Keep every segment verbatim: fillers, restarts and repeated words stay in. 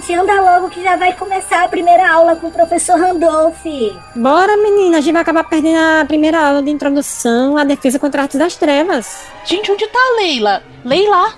gente, anda logo que já vai começar a primeira aula com o professor Randolph. Bora, menina, a gente vai acabar perdendo a primeira aula de introdução à defesa contra a arte das trevas. Gente, onde tá a Leila? Leila?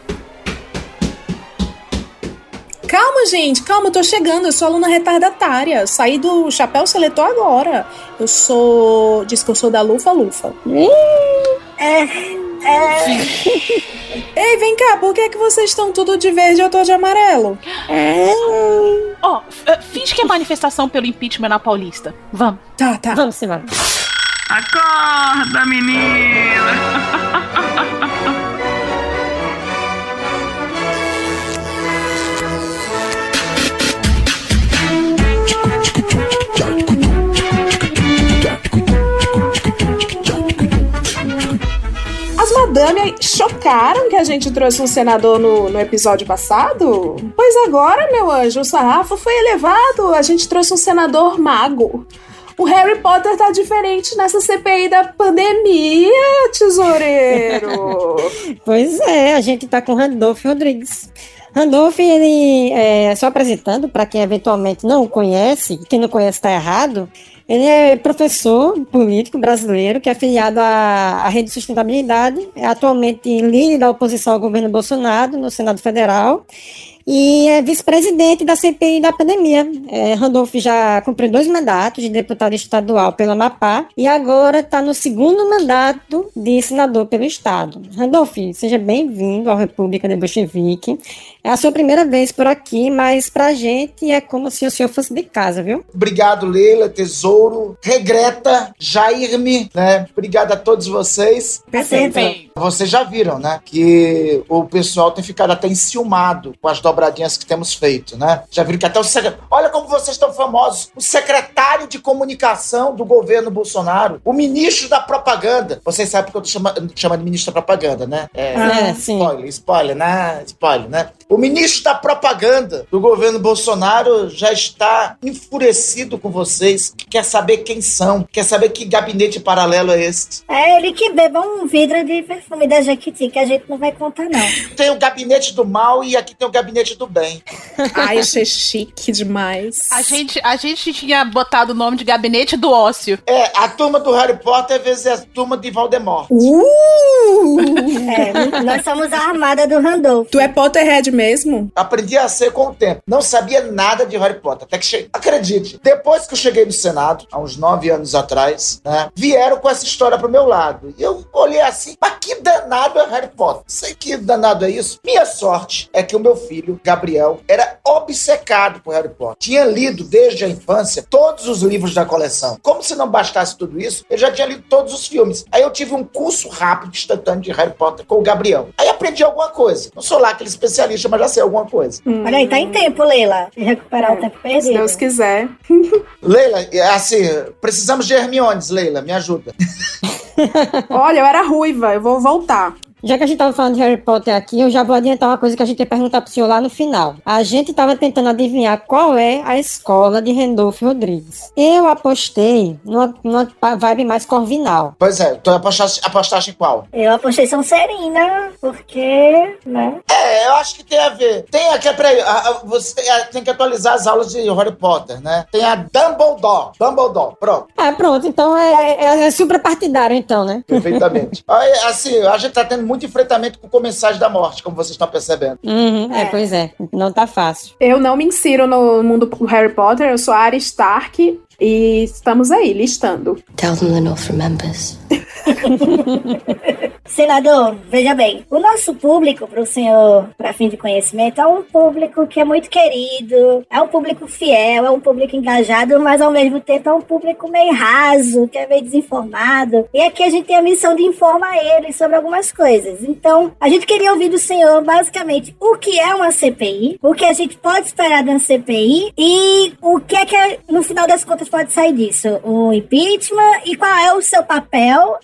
Calma, gente, calma, eu tô chegando, eu sou aluna retardatária, saí do chapéu seletor agora. Eu sou... diz que eu sou da Lufa Lufa. É... é... Ei, vem cá, por que é que vocês estão tudo de verde e eu tô de amarelo? É... Ó, oh, finge que é manifestação pelo impeachment na Paulista. Vamos. Tá, tá. Vamos embora. Acorda, menina! As madame chocaram que a gente trouxe um senador no, no episódio passado? Pois agora, meu anjo, o sarrafo foi elevado. A gente trouxe um senador mago. O Harry Potter tá diferente nessa C P I da pandemia, tesoureiro. Pois é, a gente tá com o Randolph Rodrigues. Randolph, ele, é, só apresentando, para quem eventualmente não o conhece, quem não conhece tá errado, ele é professor político brasileiro que é afiliado à, à Rede de Sustentabilidade, é atualmente líder da oposição ao governo Bolsonaro no Senado Federal e é vice-presidente da C P I da pandemia. É, Randolph já cumpriu dois mandatos de deputado estadual pelo Amapá e agora está no segundo mandato de senador pelo estado. Randolph, seja bem-vindo à República de Bolchevique. É a sua primeira vez por aqui, mas pra gente é como se o senhor fosse de casa, viu? Obrigado, Leila, tesouro, regreta, Jairme, né? Obrigado a todos vocês. Perfeito. Vocês já viram, né? Que o pessoal tem ficado até enciumado com as dobradinhas que temos feito, né? Já viram que até o secretário... Olha como vocês estão famosos. O secretário de comunicação do governo Bolsonaro, o ministro da propaganda. Vocês sabem que eu tô chamando, chamando de ministro da propaganda, né? É, ah, sim. Spoiler, spoiler, né? Spoiler, né? O ministro da propaganda do governo Bolsonaro já está enfurecido com vocês, quer saber quem são, quer saber que gabinete paralelo é esse. É ele que beba um vidro de perfume da Jequiti, que a gente não vai contar, não. Tem o gabinete do mal e aqui tem o gabinete do bem. Ai, achei chique demais. A gente, a gente tinha botado o nome de gabinete do ócio. É, a turma do Harry Potter às vezes é a turma de Voldemort. Uh! É, nós somos a armada do Randolph. Tu é Potterhead mesmo? Aprendi a ser com o tempo. Não sabia nada de Harry Potter. Até que cheguei. Acredite, depois que eu cheguei no Senado, há uns nove anos atrás, né, vieram com essa história pro meu lado. E eu olhei assim, mas que danado é Harry Potter? Sei que danado é isso. Minha sorte é que o meu filho, Gabriel, era obcecado por Harry Potter. Tinha lido desde a infância todos os livros da coleção. Como se não bastasse tudo isso, ele já tinha lido todos os filmes. Aí eu tive um curso rápido, instantâneo de Harry Potter com o Gabriel. Aí aprendi alguma coisa. Não sou lá aquele especialista, mas já sei alguma coisa. Hum. Olha aí, tá em tempo, Leila, de recuperar é, o tempo perdido. Se Deus quiser. Leila, assim, precisamos de Hermiones, Leila, me ajuda. Olha, eu era ruiva, eu vou voltar. Já que a gente tava falando de Harry Potter aqui, eu já vou adiantar uma coisa que a gente ia perguntar pro senhor lá no final. A gente tava tentando adivinhar qual é a escola de Randolph Rodrigues. Eu apostei numa, numa vibe mais corvinal. Pois é, tu apostaste, apostaste em qual? Eu apostei Sonserina, porque, né? É, eu acho que tem a ver. Tem aqui, peraí, a, a, você tem que atualizar as aulas de Harry Potter, né? Tem a Dumbledore, Dumbledore, pronto. É, pronto, então é, é, é suprapartidário então, né? Perfeitamente. Aí, assim, a gente tá tendo muito enfrentamento com comensais da morte, como vocês estão percebendo. Uhum, é. é, pois é. Não tá fácil. Eu não me insiro no mundo do Harry Potter, eu sou a Arya Stark e estamos aí, listando. Tell them the North remembers. Senador, veja bem, o nosso público, para o senhor, para fim de conhecimento, é um público que é muito querido, é um público fiel, é um público engajado, mas ao mesmo tempo é um público meio raso, que é meio desinformado. E aqui a gente tem a missão de informar eles sobre algumas coisas. Então, a gente queria ouvir do senhor, basicamente, o que é uma C P I, o que a gente pode esperar de uma C P I e o que é que, no final das contas, pode sair disso. O impeachment e qual é o seu papel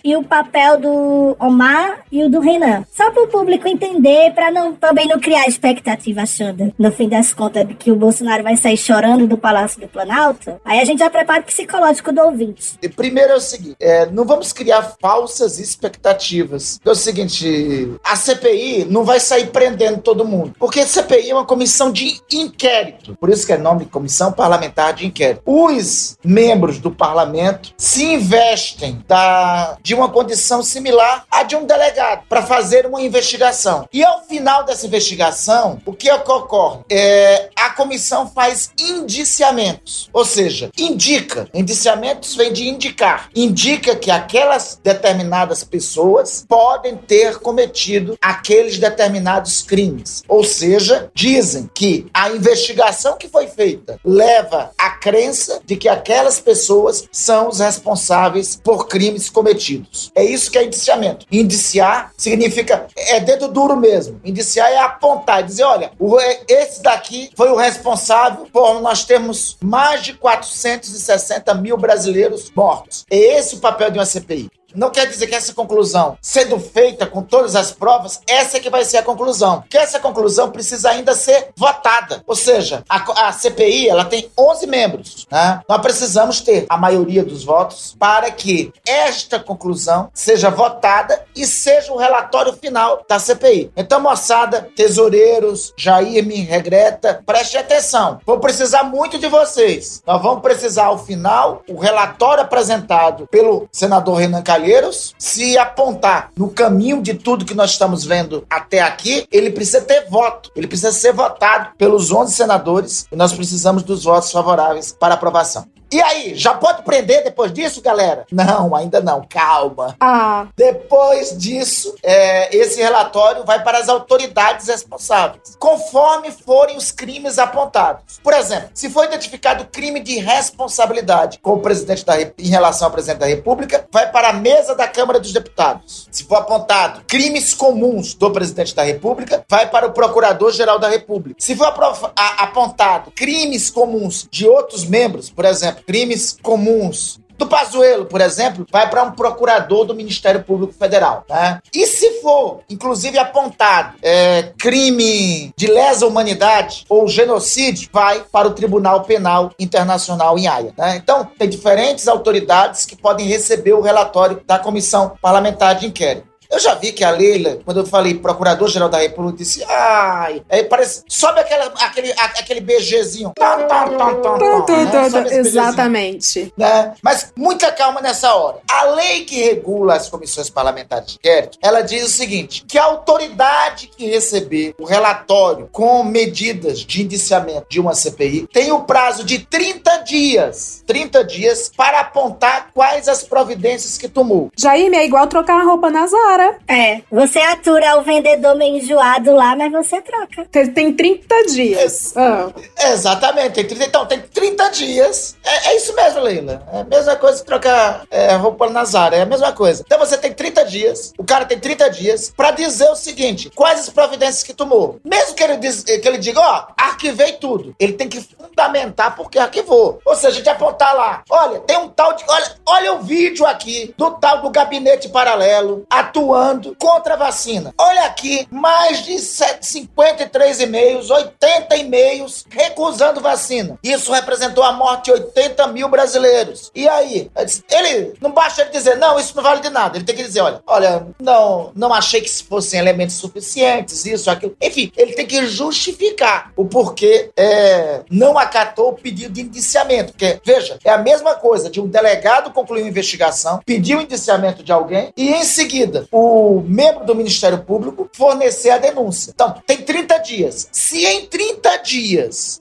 e o papel do Omar e o do Renan. Só para o público entender, para não, também não criar expectativa achando, no fim das contas, de que o Bolsonaro vai sair chorando do Palácio do Planalto. Aí a gente já prepara o psicológico do ouvinte. E primeiro é o seguinte, é, não vamos criar falsas expectativas. É o seguinte, a C P I não vai sair prendendo todo mundo, porque a C P I é uma comissão de inquérito, por isso que é nome de Comissão Parlamentar de Inquérito. Os membros do parlamento se investem da, de uma condição similar à de um delegado para fazer uma investigação. E ao final dessa investigação, o que ocorre? É, a comissão faz indiciamentos, ou seja, indica. Indiciamentos vem de indicar. Indica que aquelas determinadas pessoas podem ter cometido aqueles determinados crimes. Ou seja, dizem que a investigação que foi feita leva à crença de que aquelas pessoas são os responsáveis por crimes cometidos. É isso que é indiciamento. Indiciar significa, é dedo duro mesmo. Indiciar é apontar e dizer, olha, o, esse daqui foi o responsável por nós termos mais de quatrocentos e sessenta mil brasileiros mortos. É esse o papel de uma C P I. Não quer dizer que essa conclusão, sendo feita com todas as provas, essa é que vai ser a conclusão. Porque essa conclusão precisa ainda ser votada. Ou seja, a, a C P I ela tem onze membros. Né? Nós precisamos ter a maioria dos votos para que esta conclusão seja votada e seja o relatório final da C P I. Então, moçada, tesoureiros, Jair, me regreta, preste atenção. Vou precisar muito de vocês. Nós vamos precisar, ao final, o relatório apresentado pelo senador Renan Calheiros. Se apontar no caminho de tudo que nós estamos vendo até aqui, ele precisa ter voto. Ele precisa ser votado pelos onze senadores e nós precisamos dos votos favoráveis para aprovação. E aí, já pode prender depois disso, galera? Não, ainda não. Calma. Ah. Depois disso, é, esse relatório vai para as autoridades responsáveis, conforme forem os crimes apontados. Por exemplo, se for identificado crime de responsabilidade com o presidente da em relação ao presidente da República, vai para a mesa da Câmara dos Deputados. Se for apontado crimes comuns do presidente da República, vai para o Procurador-Geral da República. Se for a, apontado crimes comuns de outros membros, por exemplo, crimes comuns do Pazuello, por exemplo, vai para um procurador do Ministério Público Federal. Né? E se for, inclusive, apontado é, crime de lesa humanidade ou genocídio, vai para o Tribunal Penal Internacional em Haia. Né? Então, tem diferentes autoridades que podem receber o relatório da Comissão Parlamentar de Inquérito. Eu já vi que a Leila, quando eu falei Procurador-Geral da República, disse, ai, aí parece, sobe aquela, aquele, aquele BGzinho. Tom, tom, tom, tom, tom, né? Exatamente. Né? Mas muita calma nessa hora. A lei que regula as comissões parlamentares de inquérito, ela diz o seguinte, que a autoridade que receber o relatório com medidas de indiciamento de uma C P I tem o prazo de trinta dias, trinta dias para apontar quais as providências que tomou. Jaime, é igual trocar a roupa na Zara. É, você atura o vendedor meio enjoado lá, mas você troca. Tem trinta dias. É, ah. Exatamente, tem trinta, então tem trinta dias. É, é isso mesmo, Leila. É a mesma coisa que trocar é, roupa na Zara, é a mesma coisa. Então você tem trinta dias, o cara tem trinta dias pra dizer o seguinte, quais as providências que tomou. Mesmo que ele, diz, que ele diga, ó, arquivei tudo, ele tem que fundamentar porque arquivou. Ou seja, a gente apontar lá, olha, tem um tal de, olha, olha o vídeo aqui do tal do gabinete paralelo atuando contra a vacina. Olha aqui, mais de cinquenta e três e-mails, oitenta e-mails recusando vacina. Isso representou a morte de oitenta mil brasileiros. E aí? Ele, não basta ele dizer, não, isso não vale de nada. Ele tem que dizer, olha, olha, não, não achei que fossem elementos suficientes, isso, aquilo. Enfim, ele tem que justificar o porquê é, não acatou o pedido de indiciamento. Porque, veja, é a mesma coisa de um delegado concluir uma investigação, pedir o indiciamento de alguém e, em seguida, o o membro do Ministério Público fornecer a denúncia. Então, tem trinta dias. Se em trinta dias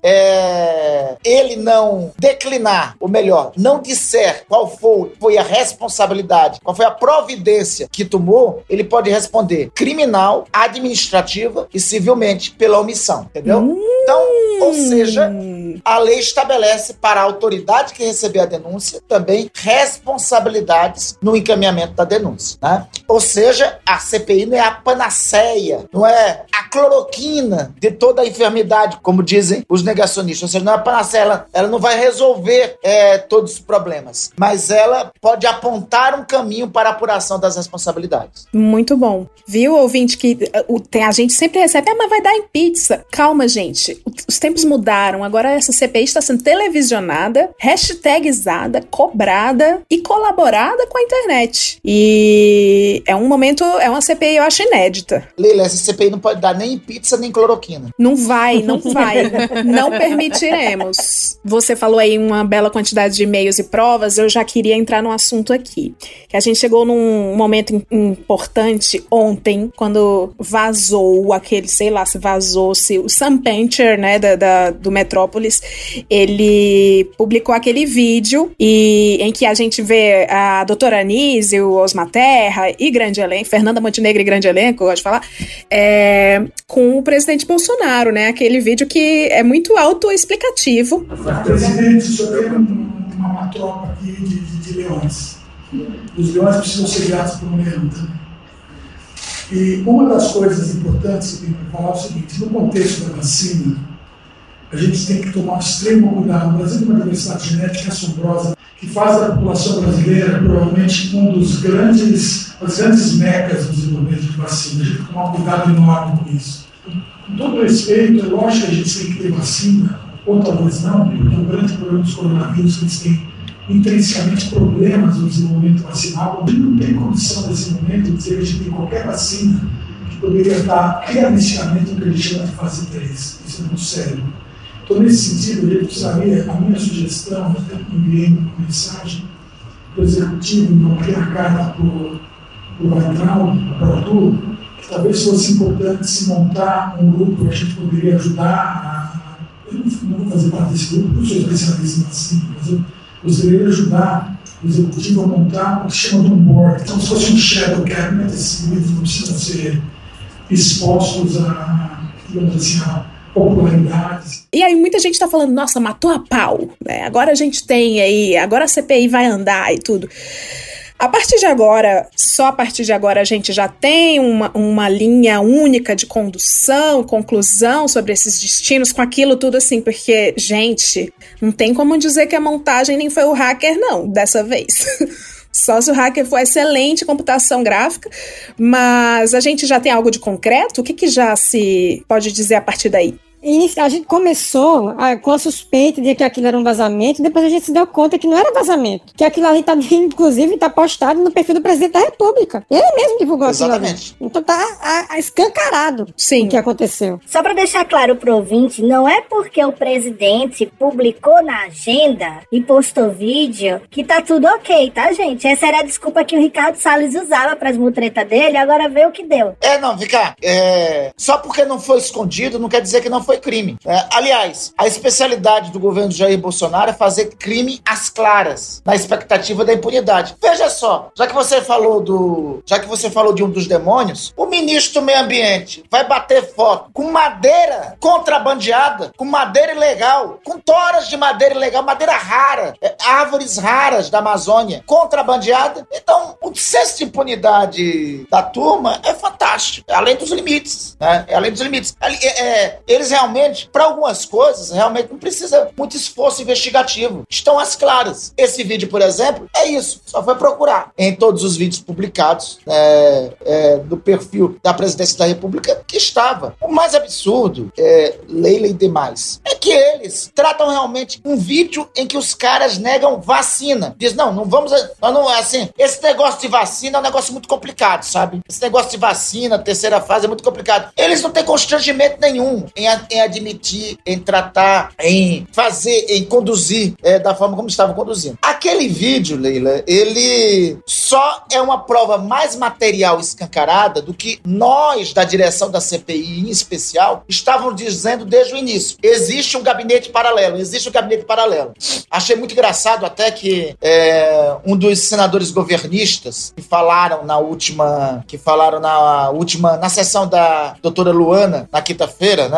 é, ele não declinar, ou melhor, não disser qual foi, foi a responsabilidade, qual foi a providência que tomou, ele pode responder criminal, administrativa e civilmente pela omissão, entendeu? Hum. Então, ou seja, a lei estabelece para a autoridade que receber a denúncia também responsabilidades no encaminhamento da denúncia, né? Ou seja, a C P I não é a panaceia, não é a cloroquina de toda a enfermidade, como dizem os negacionistas. Ou seja, não é panacea, ela, ela não vai resolver é, todos os problemas, mas ela pode apontar um caminho para a apuração das responsabilidades. Muito bom. Viu, ouvinte, que o, tem, a gente sempre recebe, ah, mas vai dar em pizza. Calma, gente. Os tempos mudaram. Agora essa C P I está sendo televisionada, hashtagizada, cobrada e colaborada com a internet. E é um momento, é uma C P I, eu acho, inédita. Leila, essa C P I não pode dar nem pizza, nem cloroquina. Não vai, não vai. Não permitiremos. Você falou aí uma bela quantidade de e-mails e provas, eu já queria entrar num assunto aqui. Que a gente chegou num momento importante ontem, quando vazou aquele, sei lá, se vazou, se o Sam Painter, né, da, da, do Metrópolis, ele publicou aquele vídeo e, em que a gente vê a doutora Anísio, o Osmar Terra e grande elenco, Fernanda Montenegro e grande elenco, eu gosto de falar, é, com o presidente Bolsonaro, né, aquele vídeo que é muito autoexplicativo. Presidente, o senhor tem uma, uma tropa aqui de, de, de leões. Os leões precisam ser guiados por um leão também. E uma das coisas importantes que eu tenho para falar é o seguinte: no contexto da vacina, a gente tem que tomar extremo cuidado. O Brasil tem uma diversidade genética assombrosa que faz da população brasileira provavelmente um dos grandes, das grandes mecas do desenvolvimento de vacina. A gente tem que tomar um cuidado enorme com isso. Com todo respeito, é lógico que a gente tem que ter vacina, ou talvez não, porque o grande problema dos coronavírus é que eles têm intrinsecamente problemas no desenvolvimento vacinal. A gente não tem condição nesse momento de dizer que a gente tem qualquer vacina que poderia estar realisticamente no que a gente chama de fase três. Isso é muito sério. Então, nesse sentido, a gente precisaria, a minha sugestão, eu até enviei uma mensagem para o executivo, não qualquer carta para o Weintraub, para o Arthur, que talvez fosse importante se montar um grupo que a gente poderia ajudar a. Eu não vou fazer parte desse grupo, eu sou especialista em vacina, mas eu gostaria de ajudar o executivo a montar o que se chama de um board. Então, se fosse um shadow cabinet, esses livros não precisam ser expostos a, digamos assim, a popularidades. E aí muita gente tá falando, nossa, matou a pau, né? Agora a gente tem aí, agora a C P I vai andar e tudo. A partir de agora, só a partir de agora a gente já tem uma, uma linha única de condução, conclusão sobre esses destinos, com aquilo tudo assim, porque, gente, não tem como dizer que a montagem nem foi o hacker, não, dessa vez. Só se o hacker for excelente em computação gráfica, mas a gente já tem algo de concreto? O que, que já se pode dizer a partir daí? E a gente começou a, com a suspeita de que aquilo era um vazamento, depois a gente se deu conta que não era vazamento, que aquilo ali tá, inclusive, tá postado no perfil do presidente da República. Ele mesmo divulgou aquilo. Exatamente. Ali. Então tá a, a escancarado Sim. o que aconteceu. Só para deixar claro pro ouvinte, não é porque o presidente publicou na agenda e postou vídeo que tá tudo ok, tá, gente? Essa era a desculpa que o Ricardo Salles usava pras mutretas dele, agora vê o que deu. É, não, vem cá. É... Só porque não foi escondido não quer dizer que não foi foi crime. É, aliás, a especialidade do governo Jair Bolsonaro é fazer crime às claras, na expectativa da impunidade. Veja só, já que você falou do, já que você falou de um dos demônios, o ministro do Meio Ambiente vai bater foto com madeira contrabandeada, com madeira ilegal, com toras de madeira ilegal, madeira rara, é, árvores raras da Amazônia, contrabandeada. Então, o senso de impunidade da turma é fantástico, é além dos limites, né? É além dos limites. É, é, eles realmente, para algumas coisas, realmente não precisa muito esforço investigativo. Estão às claras. Esse vídeo, por exemplo, é isso. Só foi procurar em todos os vídeos publicados é, é, do perfil da Presidência da República que estava. O mais absurdo, é, Leila e demais, é que eles tratam realmente um vídeo em que os caras negam vacina. Diz, não, não vamos... Nós não, assim, esse negócio de vacina é um negócio muito complicado, sabe? Esse negócio de vacina, terceira fase, é muito complicado. Eles não têm constrangimento nenhum em, em admitir, em tratar, em fazer, em conduzir é, da forma como estavam conduzindo. Aquele vídeo, Leila, ele só é uma prova mais material escancarada do que nós, da direção da C P I, em especial, estávamos dizendo desde o início. Existe um gabinete paralelo, existe um gabinete paralelo. Achei muito engraçado até que é, um dos senadores governistas que falaram na última, que falaram na última, na sessão da doutora Luana, na quinta-feira, né? Eu vou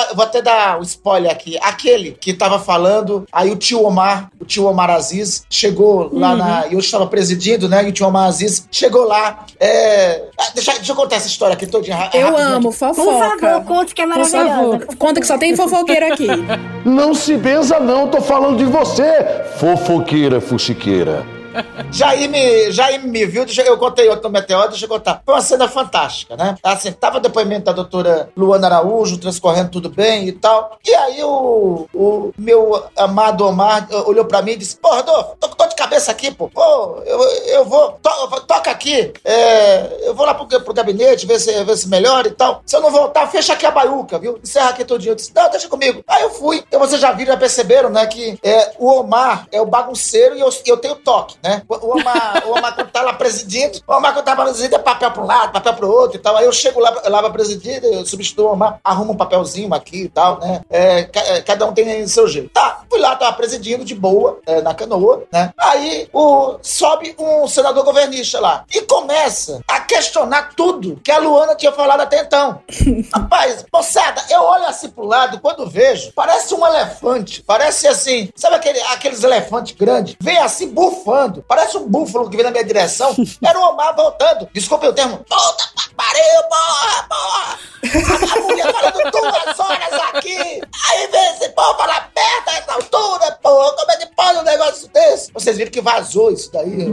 vou até dar o um spoiler aqui. Aquele que tava falando, aí o tio Omar, o tio Omar Aziz, chegou lá uhum. na... Eu estava presidindo, né? E o tio Omar Aziz chegou lá. É, deixa, deixa eu contar essa história aqui todinha. Eu amo fofoca. Por favor, conta que é maravilhosa. Conta que só tem fofoqueiro aqui. Não se benza não, tô falando de você, fofoqueira fuxiqueira. Jair me, Jair me viu, eu contei outro meteoro, deixa eu contar. Foi uma cena fantástica, né? Assim, tava o depoimento da doutora Luana Araújo, transcorrendo tudo bem e tal. E aí o, o meu amado Omar olhou pra mim e disse: Pô, Rodolfo, tô com dor de cabeça aqui, pô. Pô, eu, eu vou, to, toca aqui. É, eu vou lá pro, pro gabinete, ver se, ver se melhora e tal. Se eu não voltar, fecha aqui a baiuca, viu? Encerra aqui todo dia. Eu disse: Não, deixa comigo. Aí eu fui. Então vocês já viram, já perceberam, né? Que é, o Omar é o bagunceiro e eu, eu tenho toque, né? O Omar, o Omar quando tá lá presidindo, o Omar quando tá presidindo é papel pra um lado, papel pro outro e tal. Aí eu chego lá, lá pra presidir, eu substituo o Omar, arrumo um papelzinho aqui e tal, né? É, cada um tem seu jeito. Tá, fui lá, tava presidindo de boa, é, na canoa, né? Aí o, sobe um senador governista lá e começa a questionar tudo que a Luana tinha falado até então. Rapaz, moçada, eu olho assim pro lado, quando vejo, parece um elefante, parece assim, sabe aquele, aqueles elefantes grandes? Vem assim, bufando, parece um búfalo que vem na minha direção. Era o Omar voltando. Desculpa o termo. Puta que pariu, porra, porra. A, a mulher falando duas horas aqui. Aí vem esse povo falar perto a essa altura, porra. Como é que pode um negócio desse? Vocês viram que vazou isso daí?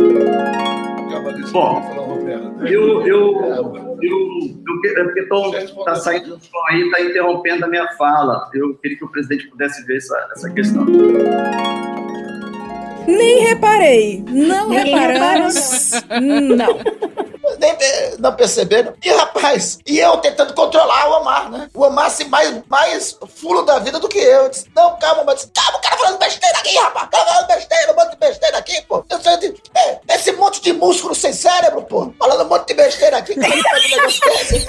Bom, eu, eu, eu, eu, é porque tô, tá saindo do som aí, tá interrompendo a minha fala. Eu queria que o presidente pudesse ver essa, essa questão. Nem reparei. Não Nem reparamos. Não. Nem, não perceberam. E, rapaz, e eu tentando controlar o Omar, né? O Omar, assim, mais, mais fulo da vida do que eu. Eu disse: Não, calma, mas calma, o cara falando besteira aqui, rapaz. Tá falando besteira, um monte de besteira aqui, pô. Eu sei de, é, esse monte de músculo sem cérebro, pô. Falando um monte de besteira aqui. Como é que pode um negócio desse?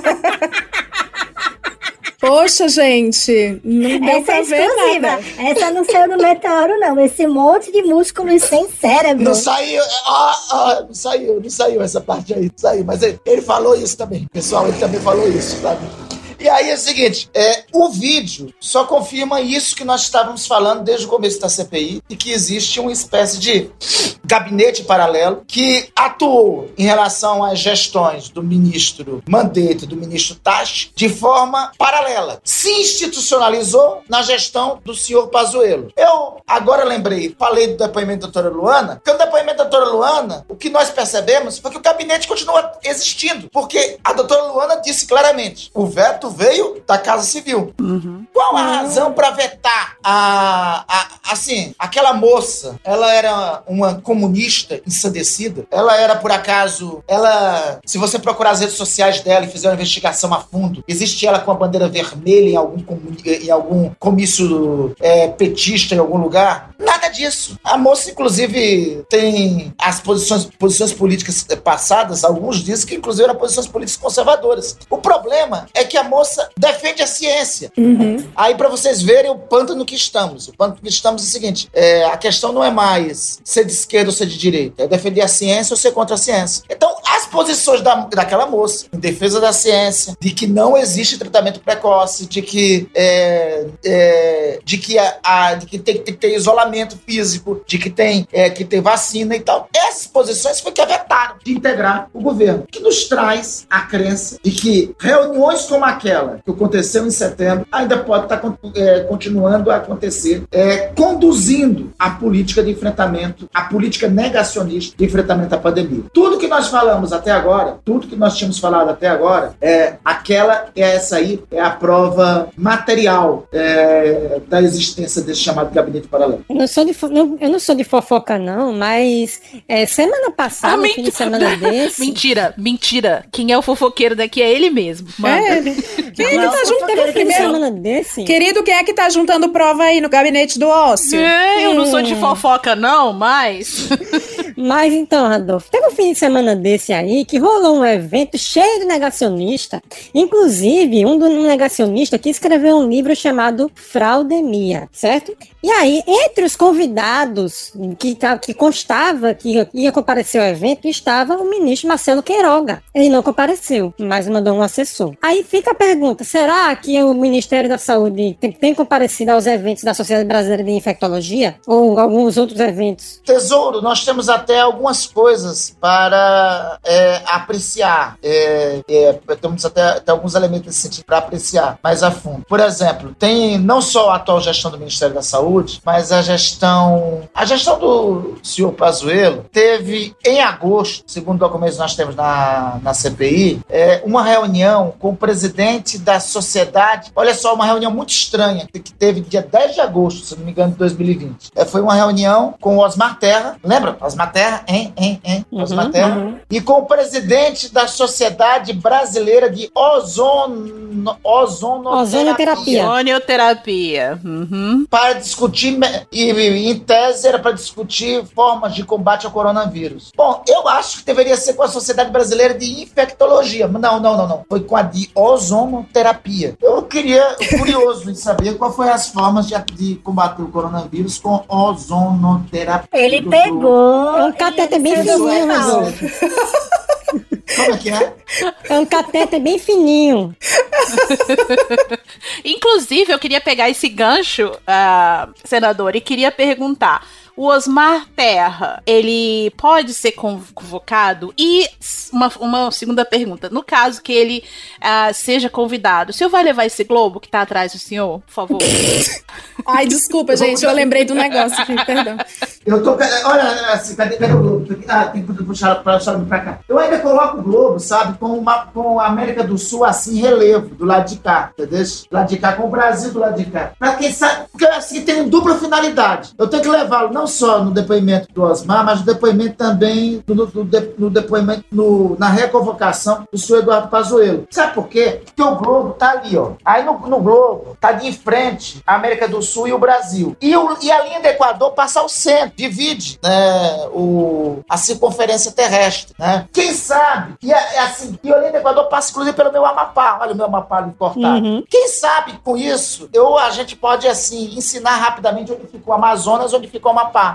Poxa, gente, não deu Essa pra é ver exclusiva. nada. Essa não saiu do meteoro, não. Esse monte de músculos sem cérebro. Não saiu, ó, ó, não saiu, não saiu essa parte aí, não saiu. Mas ele, ele falou isso também, pessoal, ele também falou isso, sabe? E aí é o seguinte, é, o vídeo só confirma isso que nós estávamos falando desde o começo da C P I, e que existe uma espécie de gabinete paralelo que atuou em relação às gestões do ministro Mandetta e do ministro Tatti de forma paralela. Se institucionalizou na gestão do senhor Pazuello. Eu agora lembrei, falei do depoimento da doutora Luana, porque o depoimento da doutora Luana, o que nós percebemos foi que o gabinete continua existindo, porque a doutora Luana disse claramente, o veto veio da Casa Civil. Uhum. Qual a razão para vetar a, a, assim, aquela moça? Ela era uma comunista ensandecida? Ela era, por acaso, ela, se você procurar as redes sociais dela e fizer uma investigação a fundo, existe ela com a bandeira vermelha em algum, em algum comício é, petista em algum lugar? Nada disso. A moça, inclusive, tem as posições, posições políticas passadas, alguns dizem que, inclusive, eram posições políticas conservadoras. O problema é que a moça defende a ciência. Uhum. Aí, pra vocês verem o pântano que estamos. O pântano que estamos é o seguinte, é, a questão não é mais ser de esquerda ou ser de direita, é defender a ciência ou ser contra a ciência. Então, as posições da, daquela moça, em defesa da ciência, de que não existe tratamento precoce, de que, é, é, de que, a, a, de que tem, tem que ter isolamento físico, de que tem é, que ter vacina e tal. Essas posições foi que avetaram de integrar o governo, que nos traz a crença de que reuniões como aquela que aconteceu em setembro ainda pode estar é, continuando a acontecer, é, conduzindo a política de enfrentamento, a política negacionista de enfrentamento à pandemia. Tudo que nós falamos até agora, tudo que nós tínhamos falado até agora, é aquela, é essa aí, é a prova material é, da existência desse chamado gabinete paralelo. Eu não sou de, não, eu não sou de fofoca, não, mas é, semana passada, ah, no fim de semana desse... Mentira, mentira. Quem é o fofoqueiro daqui é ele mesmo. Manda. É, quem é que tá juntando primeiro? Desse? Querido, quem é que tá juntando prova aí no gabinete do ócio? É, eu não sou de fofoca, não, mas... Mas então, Rodolfo, teve um fim de semana desse aí que rolou um evento cheio de negacionista. Inclusive, um dos negacionistas que escreveu um livro chamado Fraudemia, certo? E aí, entre os convidados que, que constava que ia comparecer ao evento, estava o ministro Marcelo Queiroga. Ele não compareceu, mas mandou um assessor. Aí fica a pergunta, será que o Ministério da Saúde tem, tem comparecido aos eventos da Sociedade Brasileira de Infectologia? Ou alguns outros eventos? Tesouro, nós temos até algumas coisas para é, apreciar. É, é, temos até, até alguns elementos nesse sentido para apreciar mais a fundo. Por exemplo, tem não só a atual gestão do Ministério da Saúde, mas a gestão a gestão do senhor Pazuello teve em agosto, segundo documentos que nós temos na, na C P I, é, uma reunião com o presidente da sociedade, olha só, uma reunião muito estranha, que teve dia dez de agosto, se não me engano, de dois mil e vinte. É, foi uma reunião com o Osmar Terra, lembra? Osmar Terra, hein, hein, hein? Uhum, Osmar Terra. Uhum. E com o presidente da Sociedade Brasileira de Ozono, Ozonoterapia. Ozonoterapia. Uhum. Para discutir, e em tese era para discutir formas de combate ao coronavírus. Bom, eu acho que deveria ser com a Sociedade Brasileira de Infectologia. Não, não, não, não. Foi com a de Ozonoterapia. Eu queria, curioso em saber qual foi as formas de, de combater o coronavírus com ozonoterapia. Ele pegou. É um cateter bem fininho, Rodolfo. Como é que é? É um cateter bem fininho. Inclusive, eu queria pegar esse gancho, uh, senador, e queria perguntar: o Osmar Terra, ele pode ser convocado? E uma, uma segunda pergunta, no caso que ele uh, seja convidado, o senhor vai levar esse globo que tá atrás do senhor, por favor? Ai, desculpa, gente, eu lembrei do negócio aqui, perdão. Eu tô, olha, assim, cadê, cadê o globo? Ah, tem que puxar pra, pra cá. Eu ainda coloco o globo, sabe, com, uma, com a América do Sul, assim, relevo, do lado de cá, entendeu? Do lado de cá, com o Brasil do lado de cá. Pra quem sabe, porque assim, tem dupla finalidade. Eu tenho que levá-lo não só no depoimento do Osmar, mas no depoimento também, no, no, no depoimento, no, na reconvocação do senhor Eduardo Pazuello. Sabe por quê? Porque o globo tá ali, ó. Aí no, no globo, tá de frente a América do Sul e o Brasil. E, o, e a linha do Equador passa ao centro, divide, né, o, a circunferência terrestre, né? Quem sabe, e é, é assim, e a linha do Equador passa inclusive pelo meu Amapá, olha o meu Amapá ali cortado. Uhum. Quem sabe com isso, eu, a gente pode, assim, ensinar rapidamente onde fica o Amazonas, onde fica o Amapá.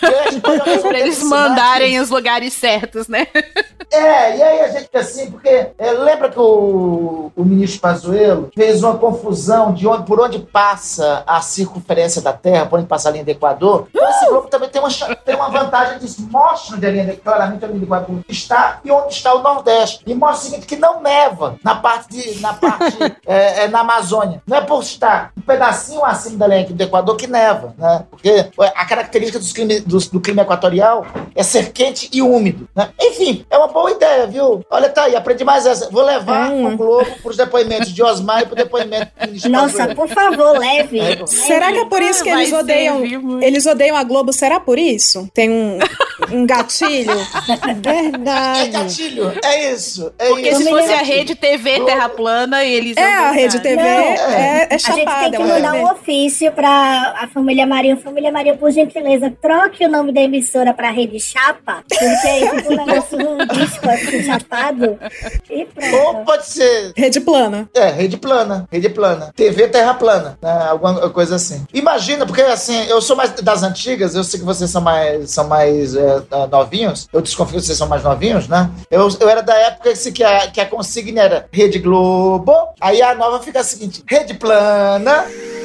Pra eles mandarem aqui os lugares certos, né? É, e aí a gente assim, porque é, lembra que o, o ministro Pazuello fez uma confusão de onde, por onde passa a circunferência da Terra, por onde passa a linha do Equador. Então esse globo também tem uma, tem uma vantagem de mostra onde a linha, claramente a linha do Equador está e onde está o Nordeste. E mostra o seguinte, que não neva na parte, de, na, parte é, é, na Amazônia. Não é por estar um pedacinho acima da linha do Equador que neva, né? Porque a característica dos clima, do, do clima equatorial é ser quente e úmido, né? Enfim, é uma boa ideia, viu? Olha, tá aí, aprendi mais essa. Vou levar hum. o Globo pros depoimentos de Osmar e pro depoimento do ministro Nossa, Pazuello. Por favor, leve. É, será que é por isso que eles odeiam, eles odeiam a Globo? Será por isso? Tem um, um gatilho? Verdade. É gatilho, é isso. É Porque isso. se fosse a Rede T V Globo. Terra plana, eles É, a Rede T V não, é, é chapada. A gente tem que mandar um ofício pra a família Marinho. Família Marinho, por gentileza, troque o nome da emissora pra Rede Chapa, porque aí fica um negócio um disco assim, chapado. E pronto. Ou pode ser... Rede plana. É, rede plana. Rede plana. T V terra plana. Né? Alguma coisa assim. Imagina, porque assim, eu sou mais das antigas, eu sei que vocês são mais, são mais é, novinhos, eu desconfio que vocês são mais novinhos, né? Eu, eu era da época que a, que a consigna era Rede Globo, aí a nova fica a seguinte, Rede Plana...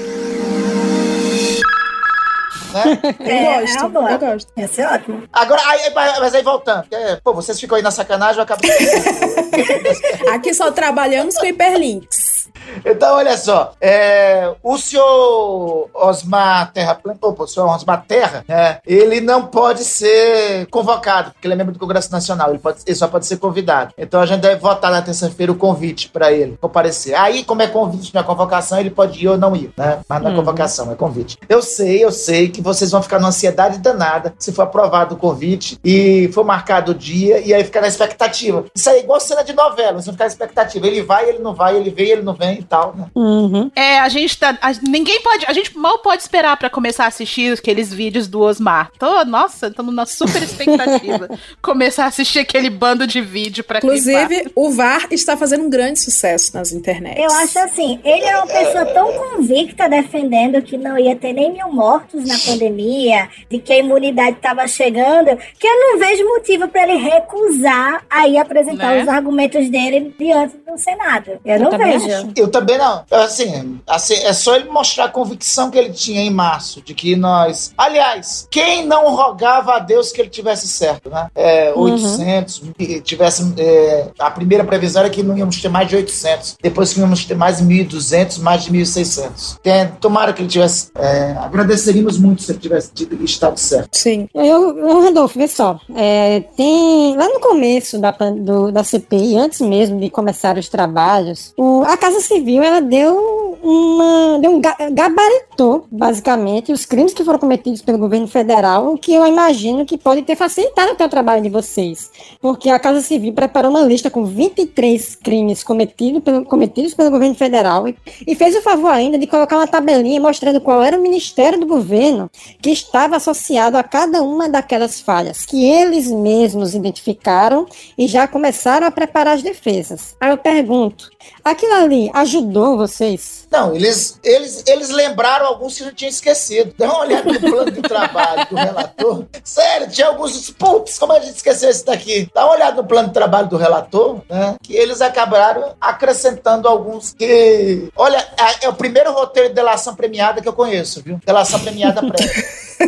Né? Eu gosto, é, eu, eu gosto. Ia ser ótimo. Agora, aí, mas aí voltando, porque, pô, vocês ficam aí na sacanagem, eu acabo... Aqui só trabalhamos com hiperlinks. Então, olha só, é, o senhor Osmar Terra, opa, o senhor Osmar Terra, é, ele não pode ser convocado, porque ele é membro do Congresso Nacional, ele, pode, ele só pode ser convidado. Então a gente deve votar na terça-feira o convite para ele comparecer. Aí, como é convite, não é convocação, ele pode ir ou não ir, né? Mas não é convocação, é convite. Eu sei, eu sei que vocês vão ficar numa ansiedade danada se for aprovado o convite e for marcado o dia, e aí ficar na expectativa. Isso aí é igual cena de novela, vocês vão ficar na expectativa. Ele vai, ele não vai, ele vem, ele não vem. também e tal, né? Uhum. É, a gente tá. A, ninguém pode. A gente mal pode esperar pra começar a assistir aqueles vídeos do Osmar. Tô, nossa, estamos na super expectativa. Começar a assistir aquele bando de vídeo pra Inclusive, clipar. o V A R está fazendo um grande sucesso nas internets. Eu acho assim, ele é uma pessoa tão convicta defendendo que não ia ter nem mil mortos na pandemia, de que a imunidade estava chegando, que eu não vejo motivo para ele recusar aí apresentar Né? os argumentos dele diante do Senado. Eu, Eu não também vejo. acho. Eu também não. Assim, assim, é só ele mostrar a convicção que ele tinha em março, de que nós... Aliás, quem não rogava a Deus que ele tivesse certo, né? É, Uhum. oitocentos, e tivesse... É, a primeira previsão era que não íamos ter mais de oitocentos, depois que íamos ter mais de mil e duzentos, mais de mil e seiscentos. Tem, tomara que ele tivesse... É, agradeceríamos muito se ele tivesse tido, estado certo. Sim. Eu, eu, Randolfo, vê só. É, tem. Lá no começo da, pan- do, da C P I, antes mesmo de começar os trabalhos, o, a Casa Civil ela deu uma. Deu um ga, gabaritou, basicamente, os crimes que foram cometidos pelo governo federal, o que eu imagino que pode ter facilitado até o trabalho de vocês. Porque a Casa Civil preparou uma lista com vinte e três crimes cometido pelo, cometidos pelo governo federal e, e fez o favor ainda de colocar uma tabelinha mostrando qual era o ministério do governo que estava associado a cada uma daquelas falhas que eles mesmos identificaram e já começaram a preparar as defesas. Aí eu pergunto, aquilo ali ajudou vocês? Não, eles, eles, eles lembraram alguns que já tinham esquecido. Dá uma olhada no plano de trabalho do relator. Sério, tinha alguns... Putz, como a gente esqueceu esse daqui? Dá uma olhada no plano de trabalho do relator, né? Que eles acabaram acrescentando alguns que... Olha, é, é o primeiro roteiro de delação premiada que eu conheço, viu? Delação premiada prévia.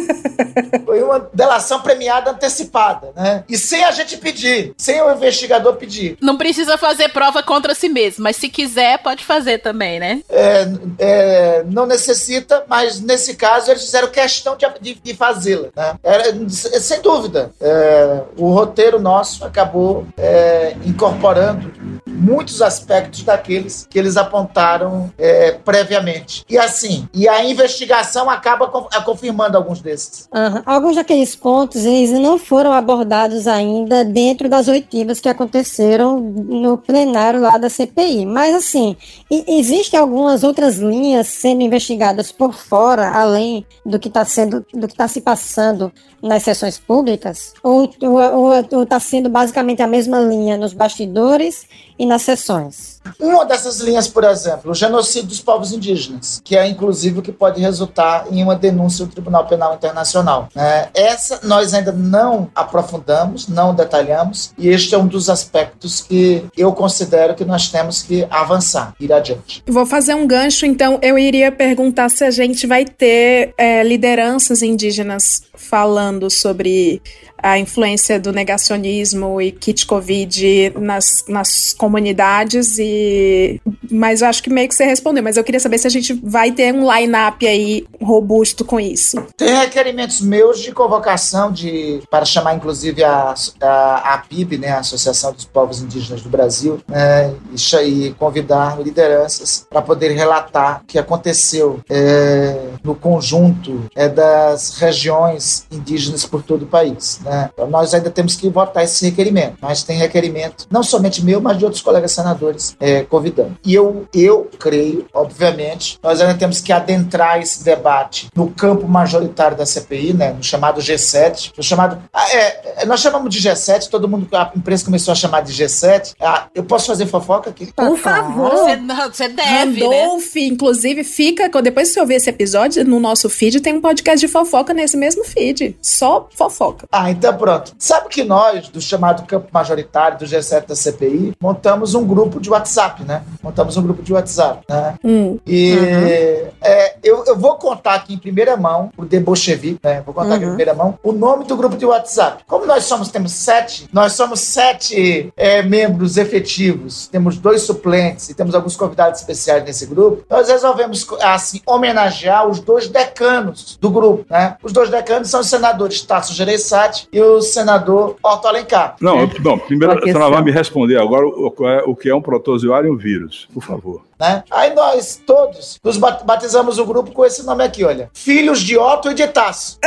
Foi uma delação premiada antecipada, né? E sem a gente pedir, sem o investigador pedir. Não precisa fazer prova contra si mesmo, mas se quiser, pode fazer também, né? É, é, não necessita, mas nesse caso eles fizeram questão de, de, de fazê-la, né? Era, sem dúvida, é, o roteiro nosso acabou é, incorporando muitos aspectos daqueles que eles apontaram é, previamente. E assim, e a investigação acaba com, confirmando alguns desses. Uhum. Alguns daqueles pontos, eles não foram abordados ainda dentro das oitivas que aconteceram no plenário lá da C P I. Mas, assim, e, existem algumas outras linhas sendo investigadas por fora, além do que está sendo, do que está se passando nas sessões públicas? Ou está sendo basicamente a mesma linha nos bastidores e nas sessões? Uma dessas linhas, por exemplo, o genocídio dos povos indígenas, que é inclusive o que pode resultar em uma denúncia do Tribunal Penal Internacional. É, essa nós ainda não aprofundamos, não detalhamos, e este é um dos aspectos que eu considero que nós temos que avançar, ir adiante. Vou fazer um gancho, então eu iria perguntar se a gente vai ter é, lideranças indígenas falando sobre a influência do negacionismo e kit Covid nas, nas comunidades, e mas eu acho que meio que você respondeu, mas eu queria saber se a gente vai ter um line-up aí robusto com isso. Tem requerimentos meus de convocação de, para chamar inclusive a, a, a P I B, né, a Associação dos Povos Indígenas do Brasil, né, e, e convidar lideranças para poder relatar o que aconteceu é, no conjunto é, das regiões indígenas por todo o país, né? Então, nós ainda temos que votar esse requerimento, mas tem requerimento, não somente meu, mas de outros colegas senadores é, convidando. E eu, eu creio, obviamente, nós ainda temos que adentrar esse debate no campo majoritário da C P I, né, no chamado G sete, no chamado... Ah, é, nós chamamos de G sete, todo mundo, a imprensa começou a chamar de G sete. Ah, eu posso fazer fofoca aqui? Por favor. Você, não, você deve, Randolph, né? inclusive, fica... Depois que você ouvir esse episódio, no nosso feed tem um podcast de fofoca nesse mesmo feed. Só fofoca. Ah, então pronto. Sabe que nós, do chamado campo majoritário do G sete da C P I, montamos um grupo de WhatsApp, né? Montamos um grupo de WhatsApp, né? Hum. E Uhum. é, eu, eu vou contar aqui em primeira mão, o Debochevi, né? Vou contar Uhum. aqui em primeira mão o nome do grupo de WhatsApp. Como nós somos, temos sete, nós somos sete é, membros efetivos, temos dois suplentes e temos alguns convidados especiais nesse grupo, nós resolvemos, assim, homenagear os dois decanos do grupo, né? Os dois decanos são os senadores Tasso Gereissati e o senador Otto Alencar. Não, É. não primeiro a Uma senhora vai questão. me responder agora o, o, é- o que é um protozoário e um vírus, por favor. Né? Aí nós todos nos bat- batizamos o grupo com esse nome aqui, olha. Filhos de Otto e de Tasso.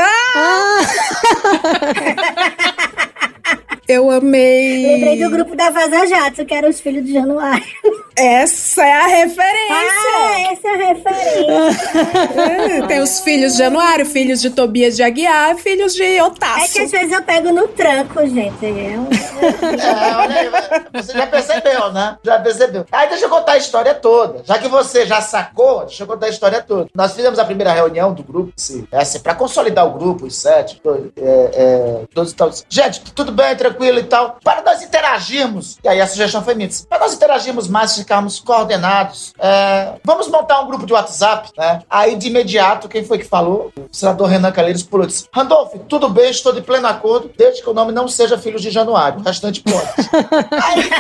Eu amei. Lembrei do grupo da Vaza Jato, que eram os filhos de Januário. Essa é a referência. Ah, essa é a referência. Tem os filhos de Januário, filhos de Tobias de Aguiar, filhos de Otaço. É que às vezes eu pego no tranco, gente. É, um... é, olha aí, você já percebeu, né? Já percebeu. Aí deixa eu contar a história toda. Já que você já sacou, deixa eu contar a história toda. Nós fizemos a primeira reunião do grupo, assim, é assim, pra consolidar o grupo, os sete, todos, é, é, todos e tal. Gente, tudo bem, tranquilo e tal. Para nós interagirmos, e aí a sugestão foi minha, para nós interagirmos mais, ficarmos coordenados, é, vamos montar um grupo de WhatsApp, né? Aí de imediato, quem foi que falou? O senador Renan Calheiros pulou e disse: Randolph, tudo bem, estou de pleno acordo, desde que o nome não seja Filhos de Januário. O restante pode. Aí...